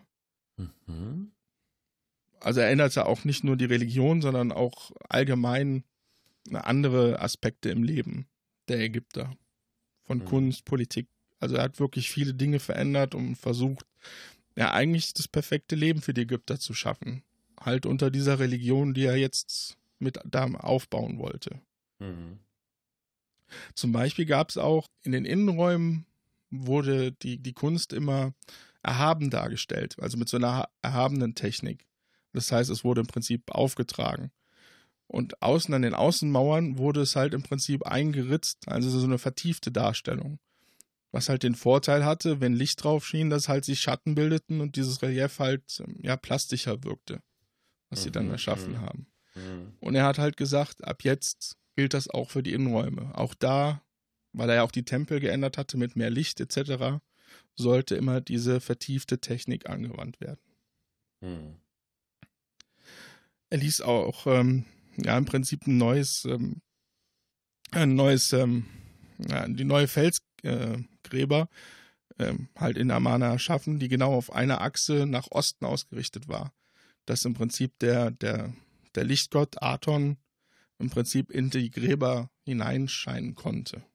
Also er änderte auch nicht nur die Religion, sondern auch allgemein andere Aspekte im Leben der Ägypter. Von Kunst, Politik. Also er hat wirklich viele Dinge verändert und versucht, eigentlich das perfekte Leben für die Ägypter zu schaffen. Halt unter dieser Religion, die er jetzt mit da aufbauen wollte. Zum Beispiel gab es auch in den Innenräumen wurde die Kunst immer erhaben dargestellt, also mit so einer erhabenen Technik. Das heißt, es wurde im Prinzip aufgetragen. Und außen an den Außenmauern wurde es halt im Prinzip eingeritzt, also so eine vertiefte Darstellung. Was halt den Vorteil hatte, wenn Licht drauf schien, dass halt sich Schatten bildeten und dieses Relief halt plastischer wirkte, was sie dann erschaffen haben. Und er hat halt gesagt, ab jetzt gilt das auch für die Innenräume. Auch da, weil er ja auch die Tempel geändert hatte mit mehr Licht etc., sollte immer diese vertiefte Technik angewandt werden. Er ließ auch im Prinzip die neue Felsgräber halt in Amarna erschaffen, die genau auf einer Achse nach Osten ausgerichtet war. Dass im Prinzip der Lichtgott Aton im Prinzip in die Gräber hineinscheinen konnte.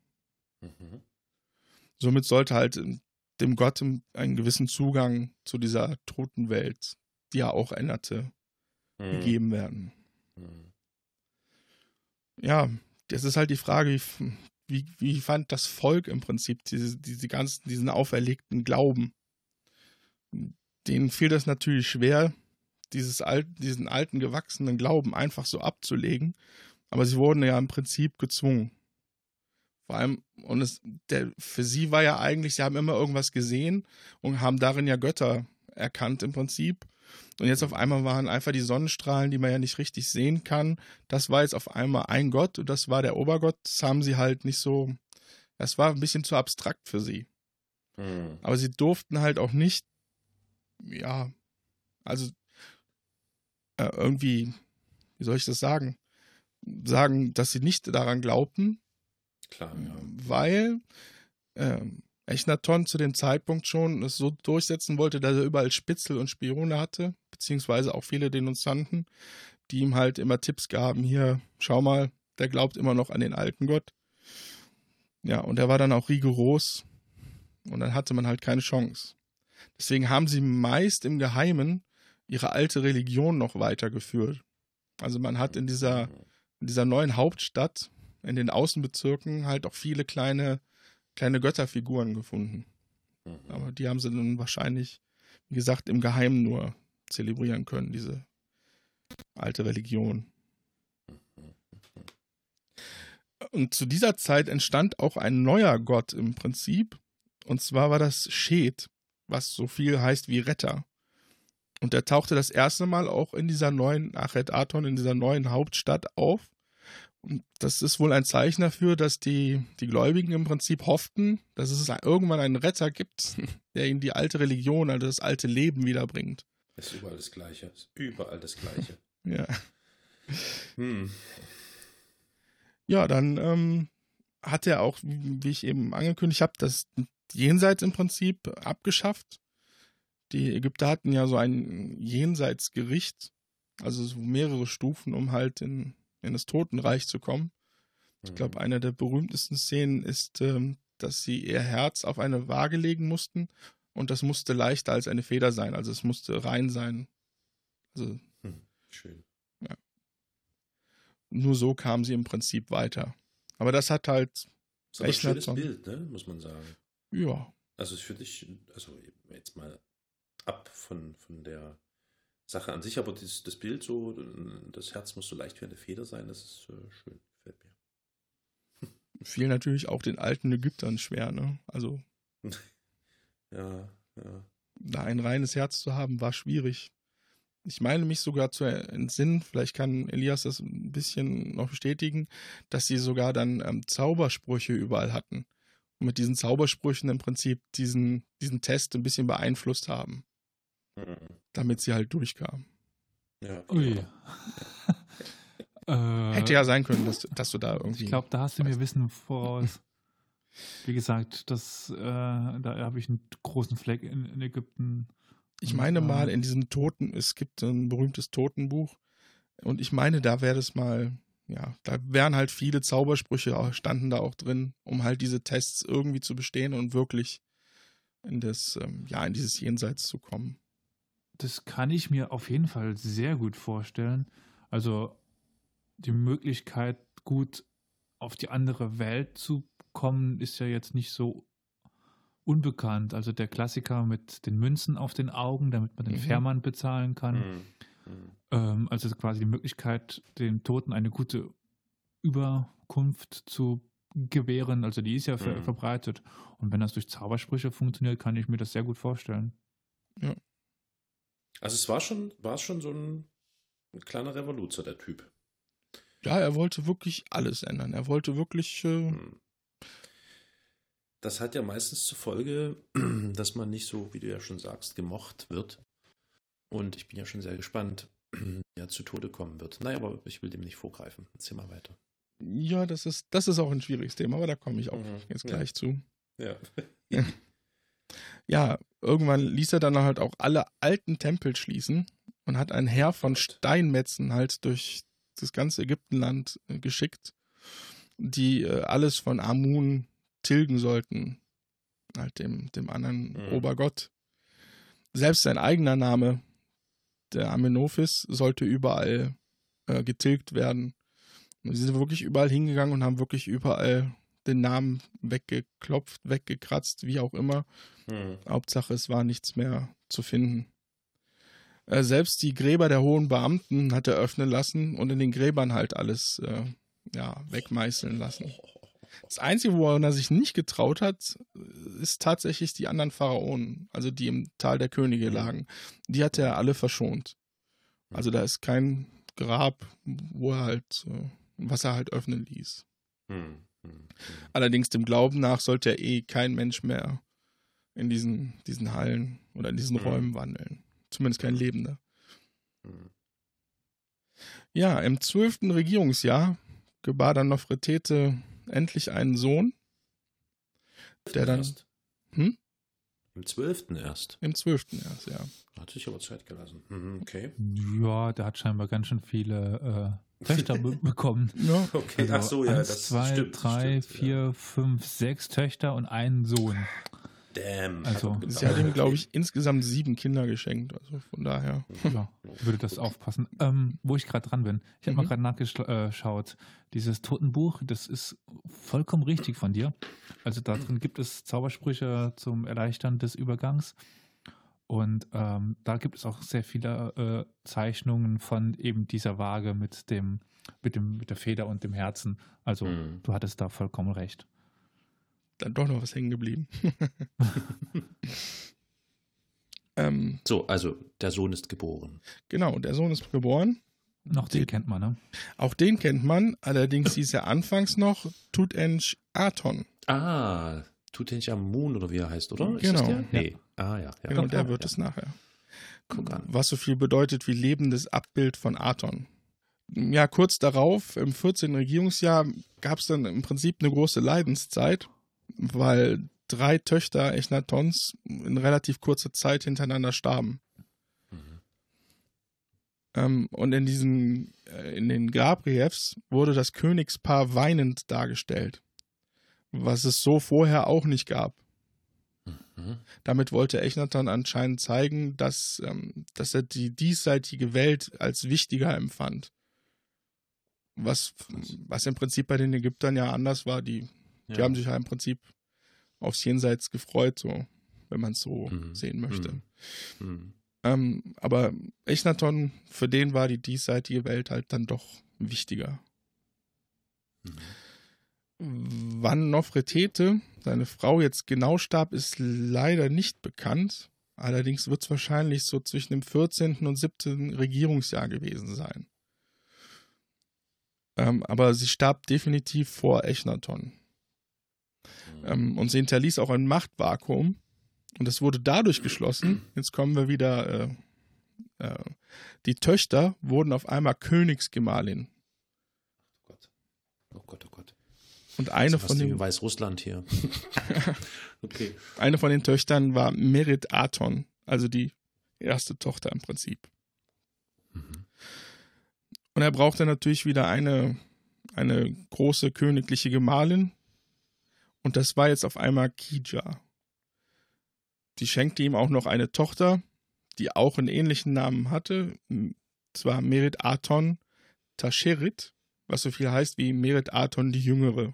Somit sollte halt dem Gott einen gewissen Zugang zu dieser toten Welt, die er auch änderte, gegeben werden. Ja, jetzt ist halt die Frage, wie fand das Volk im Prinzip diesen auferlegten Glauben? Denen fiel das natürlich schwer, diesen alten, gewachsenen Glauben einfach so abzulegen, aber sie wurden ja im Prinzip gezwungen. Vor allem, für sie war ja eigentlich, sie haben immer irgendwas gesehen und haben darin ja Götter erkannt im Prinzip. Und jetzt auf einmal waren einfach die Sonnenstrahlen, die man ja nicht richtig sehen kann. Das war jetzt auf einmal ein Gott und das war der Obergott. Das haben sie halt nicht so, das war ein bisschen zu abstrakt für sie. Aber sie durften halt auch nicht, irgendwie, wie soll ich das sagen, dass sie nicht daran glaubten. Klar, ja. Weil Echnaton zu dem Zeitpunkt schon es so durchsetzen wollte, dass er überall Spitzel und Spione hatte, beziehungsweise auch viele Denunzianten, die ihm halt immer Tipps gaben, hier, schau mal, der glaubt immer noch an den alten Gott. Ja, und er war dann auch rigoros und dann hatte man halt keine Chance. Deswegen haben sie meist im Geheimen ihre alte Religion noch weitergeführt. Also man hat in dieser neuen Hauptstadt, in den Außenbezirken halt auch viele kleine Götterfiguren gefunden. Aber die haben sie dann wahrscheinlich, wie gesagt, im Geheimen nur zelebrieren können, diese alte Religion. Und zu dieser Zeit entstand auch ein neuer Gott im Prinzip. Und zwar war das Shet, was so viel heißt wie Retter. Und der tauchte das erste Mal auch in dieser neuen Achet-Aton, in dieser neuen Hauptstadt auf. Und das ist wohl ein Zeichen dafür, dass die Gläubigen im Prinzip hofften, dass es irgendwann einen Retter gibt, der ihnen die alte Religion, also das alte Leben wiederbringt. Ist überall das Gleiche. Ist überall das Gleiche. Ja. Ja, dann hat er auch, wie ich eben angekündigt habe, das Jenseits im Prinzip abgeschafft. Die Ägypter hatten ja so ein Jenseitsgericht, also so mehrere Stufen, um halt in das Totenreich zu kommen. Ich glaube, eine der berühmtesten Szenen ist, dass sie ihr Herz auf eine Waage legen mussten und das musste leichter als eine Feder sein, also es musste rein sein. Also, schön. Ja. Nur so kamen sie im Prinzip weiter. Aber das hat halt ist aber ein schönes Bild, ne? Muss man sagen. Ja. Also es finde ich, also jetzt mal ab von der Sache an sich, aber das Bild so, das Herz muss so leicht wie eine Feder sein, das ist schön, gefällt mir. Fiel natürlich auch den alten Ägyptern schwer, ne? Also ja. Da ein reines Herz zu haben, war schwierig. Ich meine mich sogar zu entsinnen, vielleicht kann Elias das ein bisschen noch bestätigen, dass sie sogar dann Zaubersprüche überall hatten. Und mit diesen Zaubersprüchen im Prinzip diesen Test ein bisschen beeinflusst haben. Damit sie halt durchkamen. Ja. Ui. Hätte ja sein können, dass du da irgendwie... Ich glaube, da hast du mir Wissen voraus. Wie gesagt, da habe ich einen großen Fleck in Ägypten. Ich meine mal, in diesem es gibt ein berühmtes Totenbuch und ich meine, da wäre das mal, ja, da wären halt viele Zaubersprüche, standen da auch drin, um halt diese Tests irgendwie zu bestehen und wirklich in dieses Jenseits zu kommen. Das kann ich mir auf jeden Fall sehr gut vorstellen. Also die Möglichkeit, gut auf die andere Welt zu kommen, ist ja jetzt nicht so unbekannt. Also der Klassiker mit den Münzen auf den Augen, damit man den Fährmann bezahlen kann. Also quasi die Möglichkeit, den Toten eine gute Überkunft zu gewähren. Also die ist ja verbreitet. Und wenn das durch Zaubersprüche funktioniert, kann ich mir das sehr gut vorstellen. Ja. Also es war schon so ein kleiner Revoluzer, der Typ. Ja, er wollte wirklich alles ändern. Er wollte wirklich... Das hat ja meistens zur Folge, dass man nicht so, wie du ja schon sagst, gemocht wird. Und ich bin ja schon sehr gespannt, wie er zu Tode kommen wird. Naja, aber ich will dem nicht vorgreifen. Erzähl mal weiter. Ja, das ist auch ein schwieriges Thema, aber da komme ich auch jetzt gleich zu. Ja. Ja, irgendwann ließ er dann halt auch alle alten Tempel schließen und hat ein Heer von Steinmetzen halt durch das ganze Ägyptenland geschickt, die alles von Amun tilgen sollten, halt dem anderen Obergott. Selbst sein eigener Name, der Amenophis, sollte überall getilgt werden. Und sie sind wirklich überall hingegangen und haben wirklich überall den Namen weggeklopft, weggekratzt, wie auch immer. Hauptsache, es war nichts mehr zu finden. Selbst die Gräber der hohen Beamten hat er öffnen lassen und in den Gräbern halt alles wegmeißeln lassen. Das Einzige, woran er sich nicht getraut hat, ist tatsächlich die anderen Pharaonen, also die im Tal der Könige lagen. Die hat er alle verschont. Also da ist kein Grab, was er halt öffnen ließ. Allerdings dem Glauben nach sollte kein Mensch mehr in diesen Hallen oder in diesen Räumen wandeln. Zumindest kein Lebender. Ja, im 12. Regierungsjahr gebar dann Nofretete endlich einen Sohn, der dann... Im 12. erst? Im 12. erst, ja. Hat sich aber Zeit gelassen. Okay. Ja, der hat scheinbar ganz schön viele Töchter bekommen. Ja. Okay, also das 2, 3, 4, 5, 6 Töchter und einen Sohn. Damn. Also, sie hat ihm, glaube ich, insgesamt 7 Kinder geschenkt. Also von daher. Ja, würde das aufpassen. Wo ich gerade dran bin, ich habe mal gerade nachgeschaut. Dieses Totenbuch, das ist vollkommen richtig von dir. Also da drin gibt es Zaubersprüche zum Erleichtern des Übergangs. Und da gibt es auch sehr viele Zeichnungen von eben dieser Waage mit der Feder und dem Herzen. Also du hattest da vollkommen recht. Dann doch noch was hängen geblieben. So, also der Sohn ist geboren. Genau, der Sohn ist geboren. Noch den kennt man, ne? Auch den kennt man, allerdings hieß er anfangs noch Tutanchamun. Ah, Tutanchamun oder wie er heißt, oder? Genau. Ist das der? Nee. Ja. Genau, der wird es nachher. Guck an. Was so viel bedeutet wie lebendes Abbild von Aton. Ja, kurz darauf, im 14. Regierungsjahr, gab es dann im Prinzip eine große Leidenszeit, weil 3 Töchter Echnatons in relativ kurzer Zeit hintereinander starben. Und in den Grabreliefs wurde das Königspaar weinend dargestellt, was es so vorher auch nicht gab. Damit wollte Echnaton anscheinend zeigen, dass er die diesseitige Welt als wichtiger empfand. Was im Prinzip bei den Ägyptern ja anders war. Die haben sich ja im Prinzip aufs Jenseits gefreut, so, wenn man es so sehen möchte. Aber Echnaton, für den war die diesseitige Welt halt dann doch wichtiger. Wann Nofretete, seine Frau, jetzt genau starb, ist leider nicht bekannt. Allerdings wird es wahrscheinlich so zwischen dem 14. und 17. Regierungsjahr gewesen sein. Aber sie starb definitiv vor Echnaton. Und sie hinterließ auch ein Machtvakuum. Und das wurde dadurch geschlossen. Jetzt kommen wir wieder. Die Töchter wurden auf einmal Königsgemahlin. Oh Gott, oh Gott. Und eine von den Weißrussland hier. Okay. Eine von den Töchtern war Merit Aton, also die erste Tochter im Prinzip. Und er brauchte natürlich wieder eine große königliche Gemahlin. Und das war jetzt auf einmal Kija. Die schenkte ihm auch noch eine Tochter, die auch einen ähnlichen Namen hatte. Zwar Merit Aton Tascherit, was so viel heißt wie Merit Aton die Jüngere.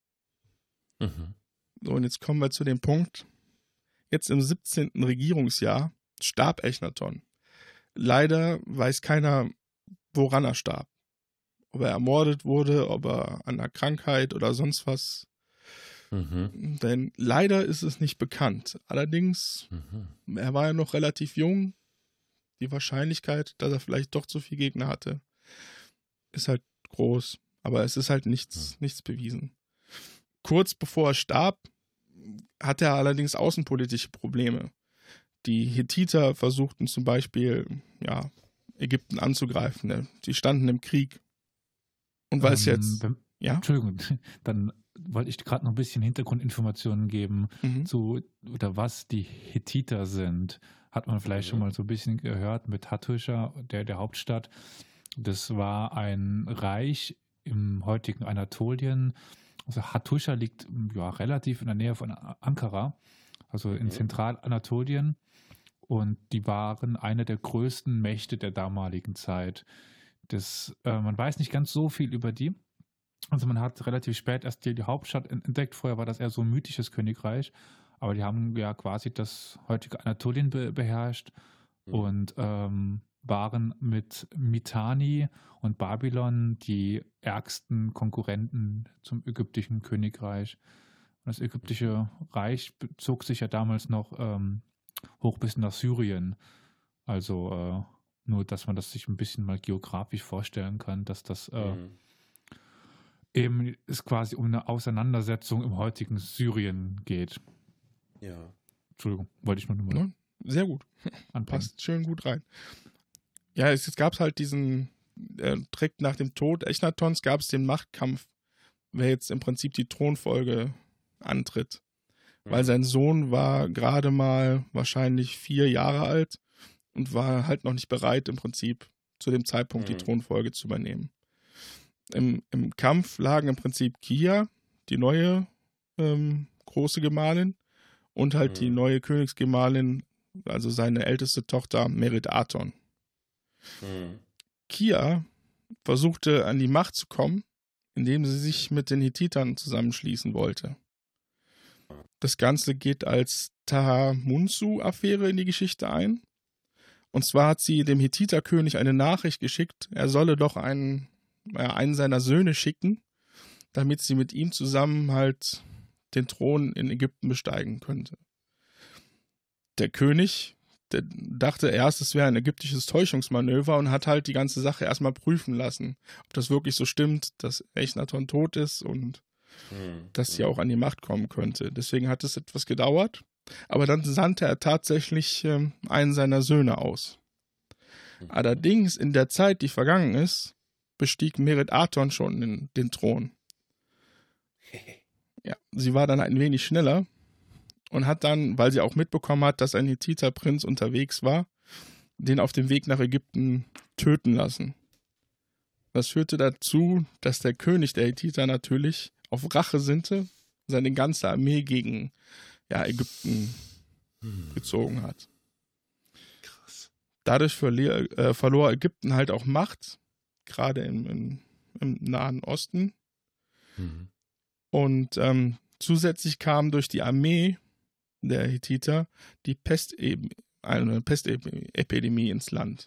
So, und jetzt kommen wir zu dem Punkt. Jetzt im 17. Regierungsjahr starb Echnaton. Leider weiß keiner, woran er starb. Ob er ermordet wurde, ob er an einer Krankheit oder sonst was. Denn leider ist es nicht bekannt. Allerdings, er war ja noch relativ jung. Die Wahrscheinlichkeit, dass er vielleicht doch zu viele Gegner hatte, ist halt groß. Aber es ist halt nichts bewiesen. Kurz bevor er starb, hatte er allerdings außenpolitische Probleme. Die Hethiter versuchten zum Beispiel, Ägypten anzugreifen. Die standen im Krieg. Und weil es jetzt... Entschuldigung, dann wollte ich gerade noch ein bisschen Hintergrundinformationen geben zu, oder was die Hethiter sind. Hat man vielleicht schon mal so ein bisschen gehört mit Hattusha, der Hauptstadt. Das war ein Reich im heutigen Anatolien. Also Hattusha liegt relativ in der Nähe von Ankara, also in Zentralanatolien. Und die waren eine der größten Mächte der damaligen Zeit. Man weiß nicht ganz so viel über die. Also man hat relativ spät erst die Hauptstadt entdeckt. Vorher war das eher so ein mythisches Königreich. Aber die haben ja quasi das heutige Anatolien beherrscht und waren mit Mitanni und Babylon die ärgsten Konkurrenten zum ägyptischen Königreich. Und das ägyptische Reich bezog sich ja damals noch hoch bis nach Syrien. Also nur, dass man das sich ein bisschen mal geografisch vorstellen kann, dass das eben ist quasi um eine Auseinandersetzung im heutigen Syrien geht. Ja. Entschuldigung, wollte ich nur mal. Sehr gut. Passt schön gut rein. Ja, jetzt gab es halt diesen, direkt nach dem Tod Echnatons gab es den Machtkampf, wer jetzt im Prinzip die Thronfolge antritt. Weil sein Sohn war gerade mal wahrscheinlich 4 Jahre alt und war halt noch nicht bereit, im Prinzip zu dem Zeitpunkt die Thronfolge zu übernehmen. Im Kampf lagen im Prinzip Kija, die neue große Gemahlin, und halt die neue Königsgemahlin, also seine älteste Tochter Merit Aton. Kija versuchte an die Macht zu kommen, indem sie sich mit den Hethitern zusammenschließen wollte. Das Ganze geht als Tahamunsu-Affäre in die Geschichte ein. Und zwar hat sie dem Hethiterkönig eine Nachricht geschickt, er solle doch einen seiner Söhne schicken, damit sie mit ihm zusammen halt den Thron in Ägypten besteigen könnte. Der König, der dachte erst, es wäre ein ägyptisches Täuschungsmanöver und hat halt die ganze Sache erstmal prüfen lassen, ob das wirklich so stimmt, dass Echnaton tot ist und dass sie auch an die Macht kommen könnte. Deswegen hat es etwas gedauert, aber dann sandte er tatsächlich einen seiner Söhne aus. Allerdings in der Zeit, die vergangen ist, bestieg Merit Aton schon den Thron. Ja, sie war dann ein wenig schneller und hat dann, weil sie auch mitbekommen hat, dass ein Hethiterprinz unterwegs war, den auf dem Weg nach Ägypten töten lassen. Das führte dazu, dass der König der Hethiter natürlich auf Rache sinnte, seine ganze Armee gegen Ägypten gezogen hat. Krass. Dadurch verlor Ägypten halt auch Macht, gerade im Nahen Osten. Und zusätzlich kam durch die Armee der Hethiter eine Pestepidemie ins Land.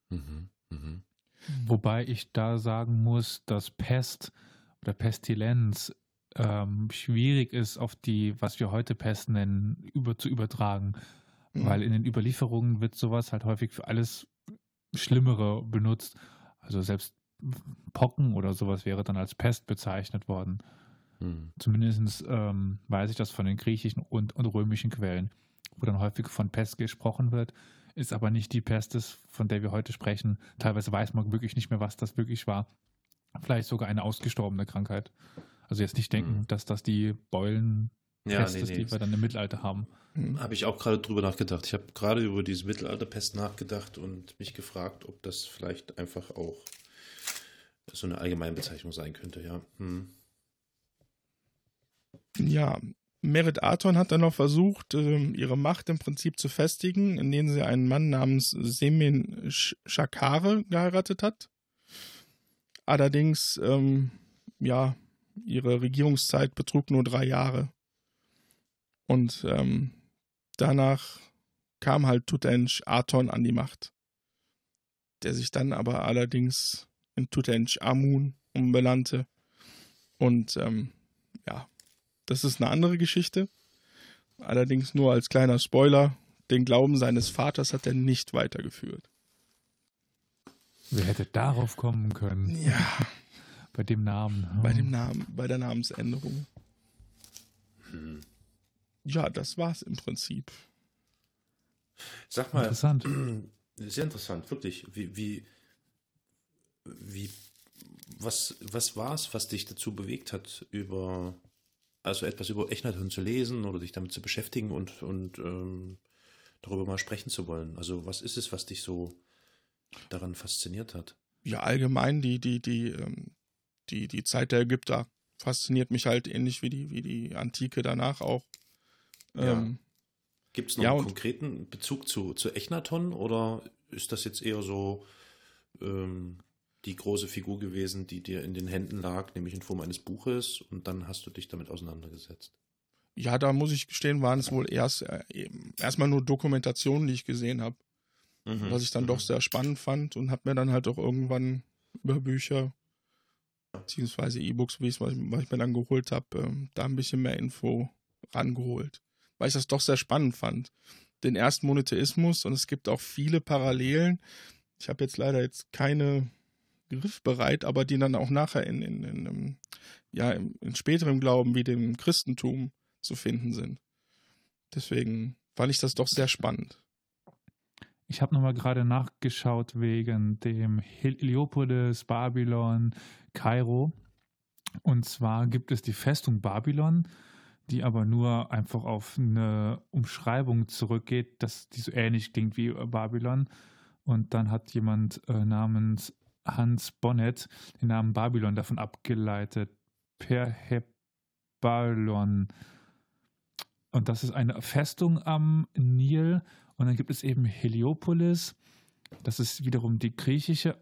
Wobei ich da sagen muss, dass Pest oder Pestilenz schwierig ist, auf die, was wir heute Pest nennen, zu übertragen. Weil in den Überlieferungen wird sowas halt häufig für alles Schlimmere benutzt. Also selbst Pocken oder sowas wäre dann als Pest bezeichnet worden. Zumindest weiß ich das von den griechischen und römischen Quellen, wo dann häufig von Pest gesprochen wird, ist aber nicht die Pest, von der wir heute sprechen. Teilweise weiß man wirklich nicht mehr, was das wirklich war. Vielleicht sogar eine ausgestorbene Krankheit. Also jetzt nicht denken, dass das die Beulenpest ist, die wir dann im Mittelalter haben. Habe ich auch gerade drüber nachgedacht. Ich habe gerade über diese Mittelalterpest nachgedacht und mich gefragt, ob das vielleicht einfach auch so eine Allgemeinbezeichnung sein könnte, ja. Ja, Merit Aton hat dann noch versucht, ihre Macht im Prinzip zu festigen, indem sie einen Mann namens Semen Shakare geheiratet hat. Allerdings, ihre Regierungszeit betrug nur 3 Jahre. Und danach kam halt Tutanchamun an die Macht, der sich dann aber allerdings in Tutanchamun umbenannte. Und das ist eine andere Geschichte. Allerdings nur als kleiner Spoiler, den Glauben seines Vaters hat er nicht weitergeführt. Wer hätte darauf kommen können? Ja. Bei dem Namen. Bei der Namensänderung. Ja, das war's im Prinzip. Sag mal, interessant. Sehr interessant, wirklich. Was war es, was dich dazu bewegt hat, etwas über Echnaton zu lesen oder dich damit zu beschäftigen und darüber mal sprechen zu wollen? Also was ist es, was dich so daran fasziniert hat? Ja, allgemein die Zeit der Ägypter fasziniert mich halt ähnlich wie die Antike danach auch. Gibt es noch einen konkreten Bezug zu Echnaton oder ist das jetzt eher so die große Figur gewesen, die dir in den Händen lag, nämlich in Form eines Buches und dann hast du dich damit auseinandergesetzt? Ja, da muss ich gestehen, waren es wohl erstmal nur Dokumentationen, die ich gesehen habe, was ich dann doch sehr spannend fand und habe mir dann halt auch irgendwann über Bücher beziehungsweise E-Books, was ich mir dann geholt habe, da ein bisschen mehr Info rangeholt, weil ich das doch sehr spannend fand. Den ersten Monotheismus und es gibt auch viele Parallelen. Ich habe jetzt leider keine griffbereit, aber die dann auch nachher in späterem Glauben wie dem Christentum zu finden sind. Deswegen fand ich das doch sehr spannend. Ich habe nochmal gerade nachgeschaut wegen dem Heliopolis, Babylon, Kairo. Und zwar gibt es die Festung Babylon, die aber nur einfach auf eine Umschreibung zurückgeht, die so ähnlich klingt wie Babylon. Und dann hat jemand namens Hans Bonnet den Namen Babylon davon abgeleitet. Perhebalon. Und das ist eine Festung am Nil. Und dann gibt es eben Heliopolis. Das ist wiederum die griechische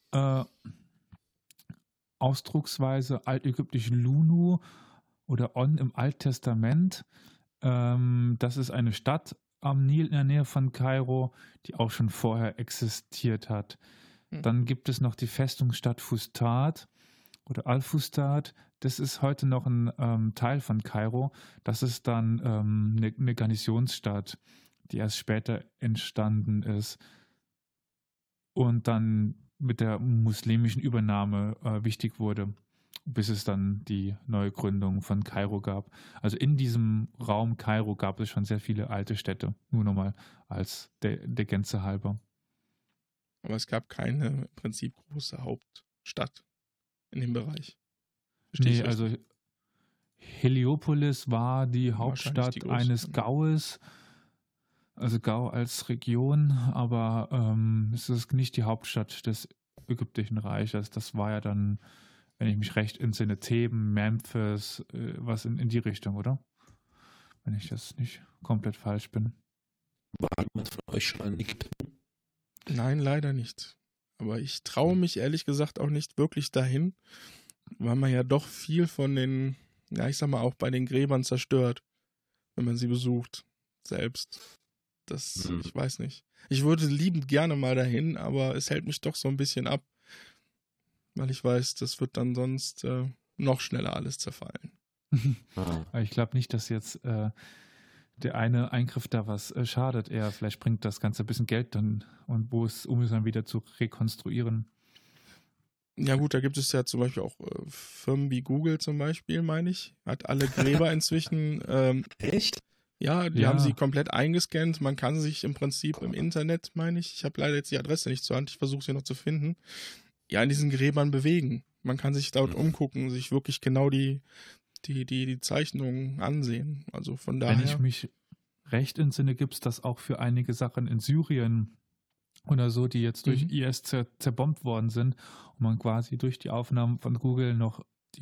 Ausdrucksweise, altägyptisch Lunu oder On im Alttestament. Das ist eine Stadt am Nil in der Nähe von Kairo, die auch schon vorher existiert hat. Dann gibt es noch die Festungsstadt Fustat oder Al-Fustat. Das ist heute noch ein Teil von Kairo. Das ist dann eine Garnisonsstadt, die erst später entstanden ist und dann mit der muslimischen Übernahme wichtig wurde, bis es dann die Neugründung von Kairo gab. Also in diesem Raum Kairo gab es schon sehr viele alte Städte, nur nochmal als der Gänze halber. Aber es gab keine im Prinzip große Hauptstadt in dem Bereich. Nee, also Heliopolis war die Hauptstadt eines Gaues, also Gau als Region, aber es ist nicht die Hauptstadt des Ägyptischen Reiches. Das war ja dann, wenn ich mich recht entsinne, Theben, Memphis, was in die Richtung, oder? Wenn ich das nicht komplett falsch bin. War jemand von euch schon in Ägypten? Nein, leider nicht. Aber ich traue mich ehrlich gesagt auch nicht wirklich dahin, weil man ja doch viel von den, ja, ich sag mal, auch bei den Gräbern zerstört, wenn man sie besucht, selbst. Das, ich weiß nicht. Ich würde liebend gerne mal dahin, aber es hält mich doch so ein bisschen ab, weil ich weiß, das wird dann sonst noch schneller alles zerfallen. Ich glaube nicht, dass jetzt der eine Eingriff da was schadet. Eher vielleicht bringt das Ganze ein bisschen Geld dann und um es dann wieder zu rekonstruieren. Ja gut, da gibt es ja zum Beispiel auch Firmen wie Google zum Beispiel, meine ich. Hat alle Gräber inzwischen. Echt? Ja, die haben sie komplett eingescannt. Man kann sich im Prinzip im Internet, meine ich habe leider jetzt die Adresse nicht zur Hand, ich versuche sie noch zu finden, ja, in diesen Gräbern bewegen. Man kann sich dort umgucken, sich wirklich genau die Zeichnungen ansehen. Also von daher. Wenn ich mich recht entsinne, gibt es das auch für einige Sachen in Syrien oder so, die jetzt durch IS zerbombt worden sind und man quasi durch die Aufnahmen von Google noch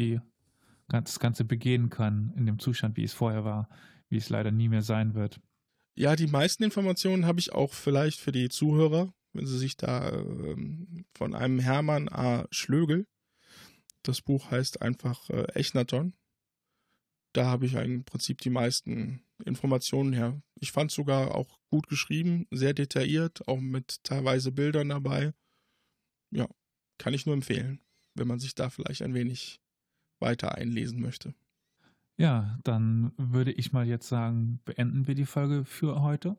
das Ganze begehen kann in dem Zustand, wie es vorher war, wie es leider nie mehr sein wird. Ja, die meisten Informationen habe ich auch vielleicht für die Zuhörer, wenn sie sich da von einem Hermann A. Schlögel, das Buch heißt einfach Echnaton, da habe ich im Prinzip die meisten Informationen her. Ich fand es sogar auch gut geschrieben, sehr detailliert, auch mit teilweise Bildern dabei. Ja, kann ich nur empfehlen, wenn man sich da vielleicht ein wenig weiter einlesen möchte. Ja, dann würde ich mal jetzt sagen, beenden wir die Folge für heute.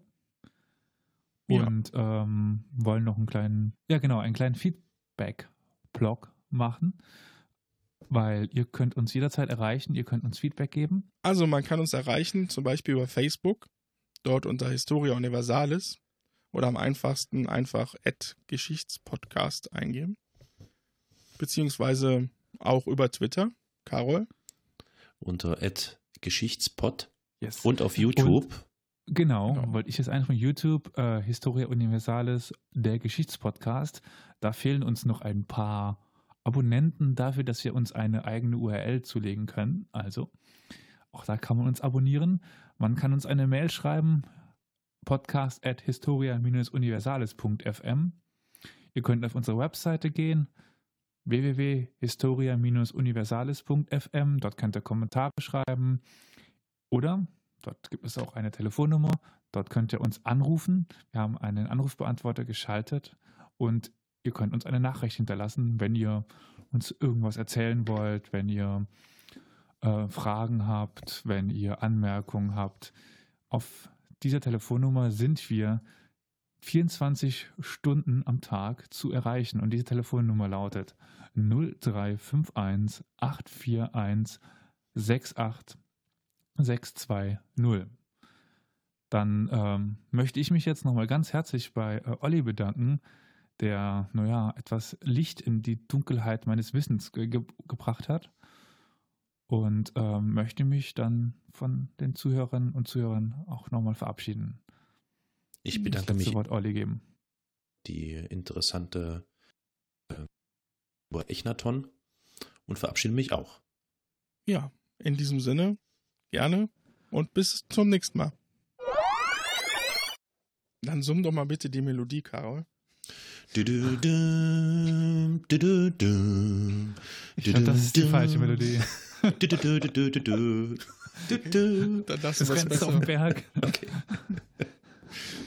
Und wollen noch einen kleinen Feedback-Blog machen. Weil ihr könnt uns jederzeit erreichen, ihr könnt uns Feedback geben. Also man kann uns erreichen, zum Beispiel über Facebook, dort unter Historia Universalis oder am einfachsten einfach @Geschichtspodcast eingeben. Beziehungsweise auch über Twitter, Carol. Unter @Geschichtspod. Yes. Und auf YouTube. Und, genau, wollte ich jetzt einfach von YouTube, Historia Universalis, der Geschichtspodcast. Da fehlen uns noch ein paar Abonnenten dafür, dass wir uns eine eigene URL zulegen können. Also, auch da kann man uns abonnieren. Man kann uns eine Mail schreiben, podcast@historia-universalis.fm. Ihr könnt auf unsere Webseite gehen, www.historia-universalis.fm. Dort könnt ihr Kommentare schreiben. Oder, dort gibt es auch eine Telefonnummer. Dort könnt ihr uns anrufen. Wir haben einen Anrufbeantworter geschaltet und ihr könnt uns eine Nachricht hinterlassen, wenn ihr uns irgendwas erzählen wollt, wenn ihr Fragen habt, wenn ihr Anmerkungen habt. Auf dieser Telefonnummer sind wir 24 Stunden am Tag zu erreichen. Und diese Telefonnummer lautet 0351 841 68620. Dann möchte ich mich jetzt nochmal ganz herzlich bei Olli bedanken, der, etwas Licht in die Dunkelheit meines Wissens gebracht hat. Und möchte mich dann von den Zuhörerinnen und Zuhörern auch nochmal verabschieden. Ich bedanke mich. Das Wort Olli geben. Die interessante über Echnaton und verabschiede mich auch. Ja, in diesem Sinne, gerne und bis zum nächsten Mal. Dann summ doch mal bitte die Melodie, Carol. Ich glaube, das ist die falsche Melodie. Dann das ist was besser. Auf dem Berg. Okay.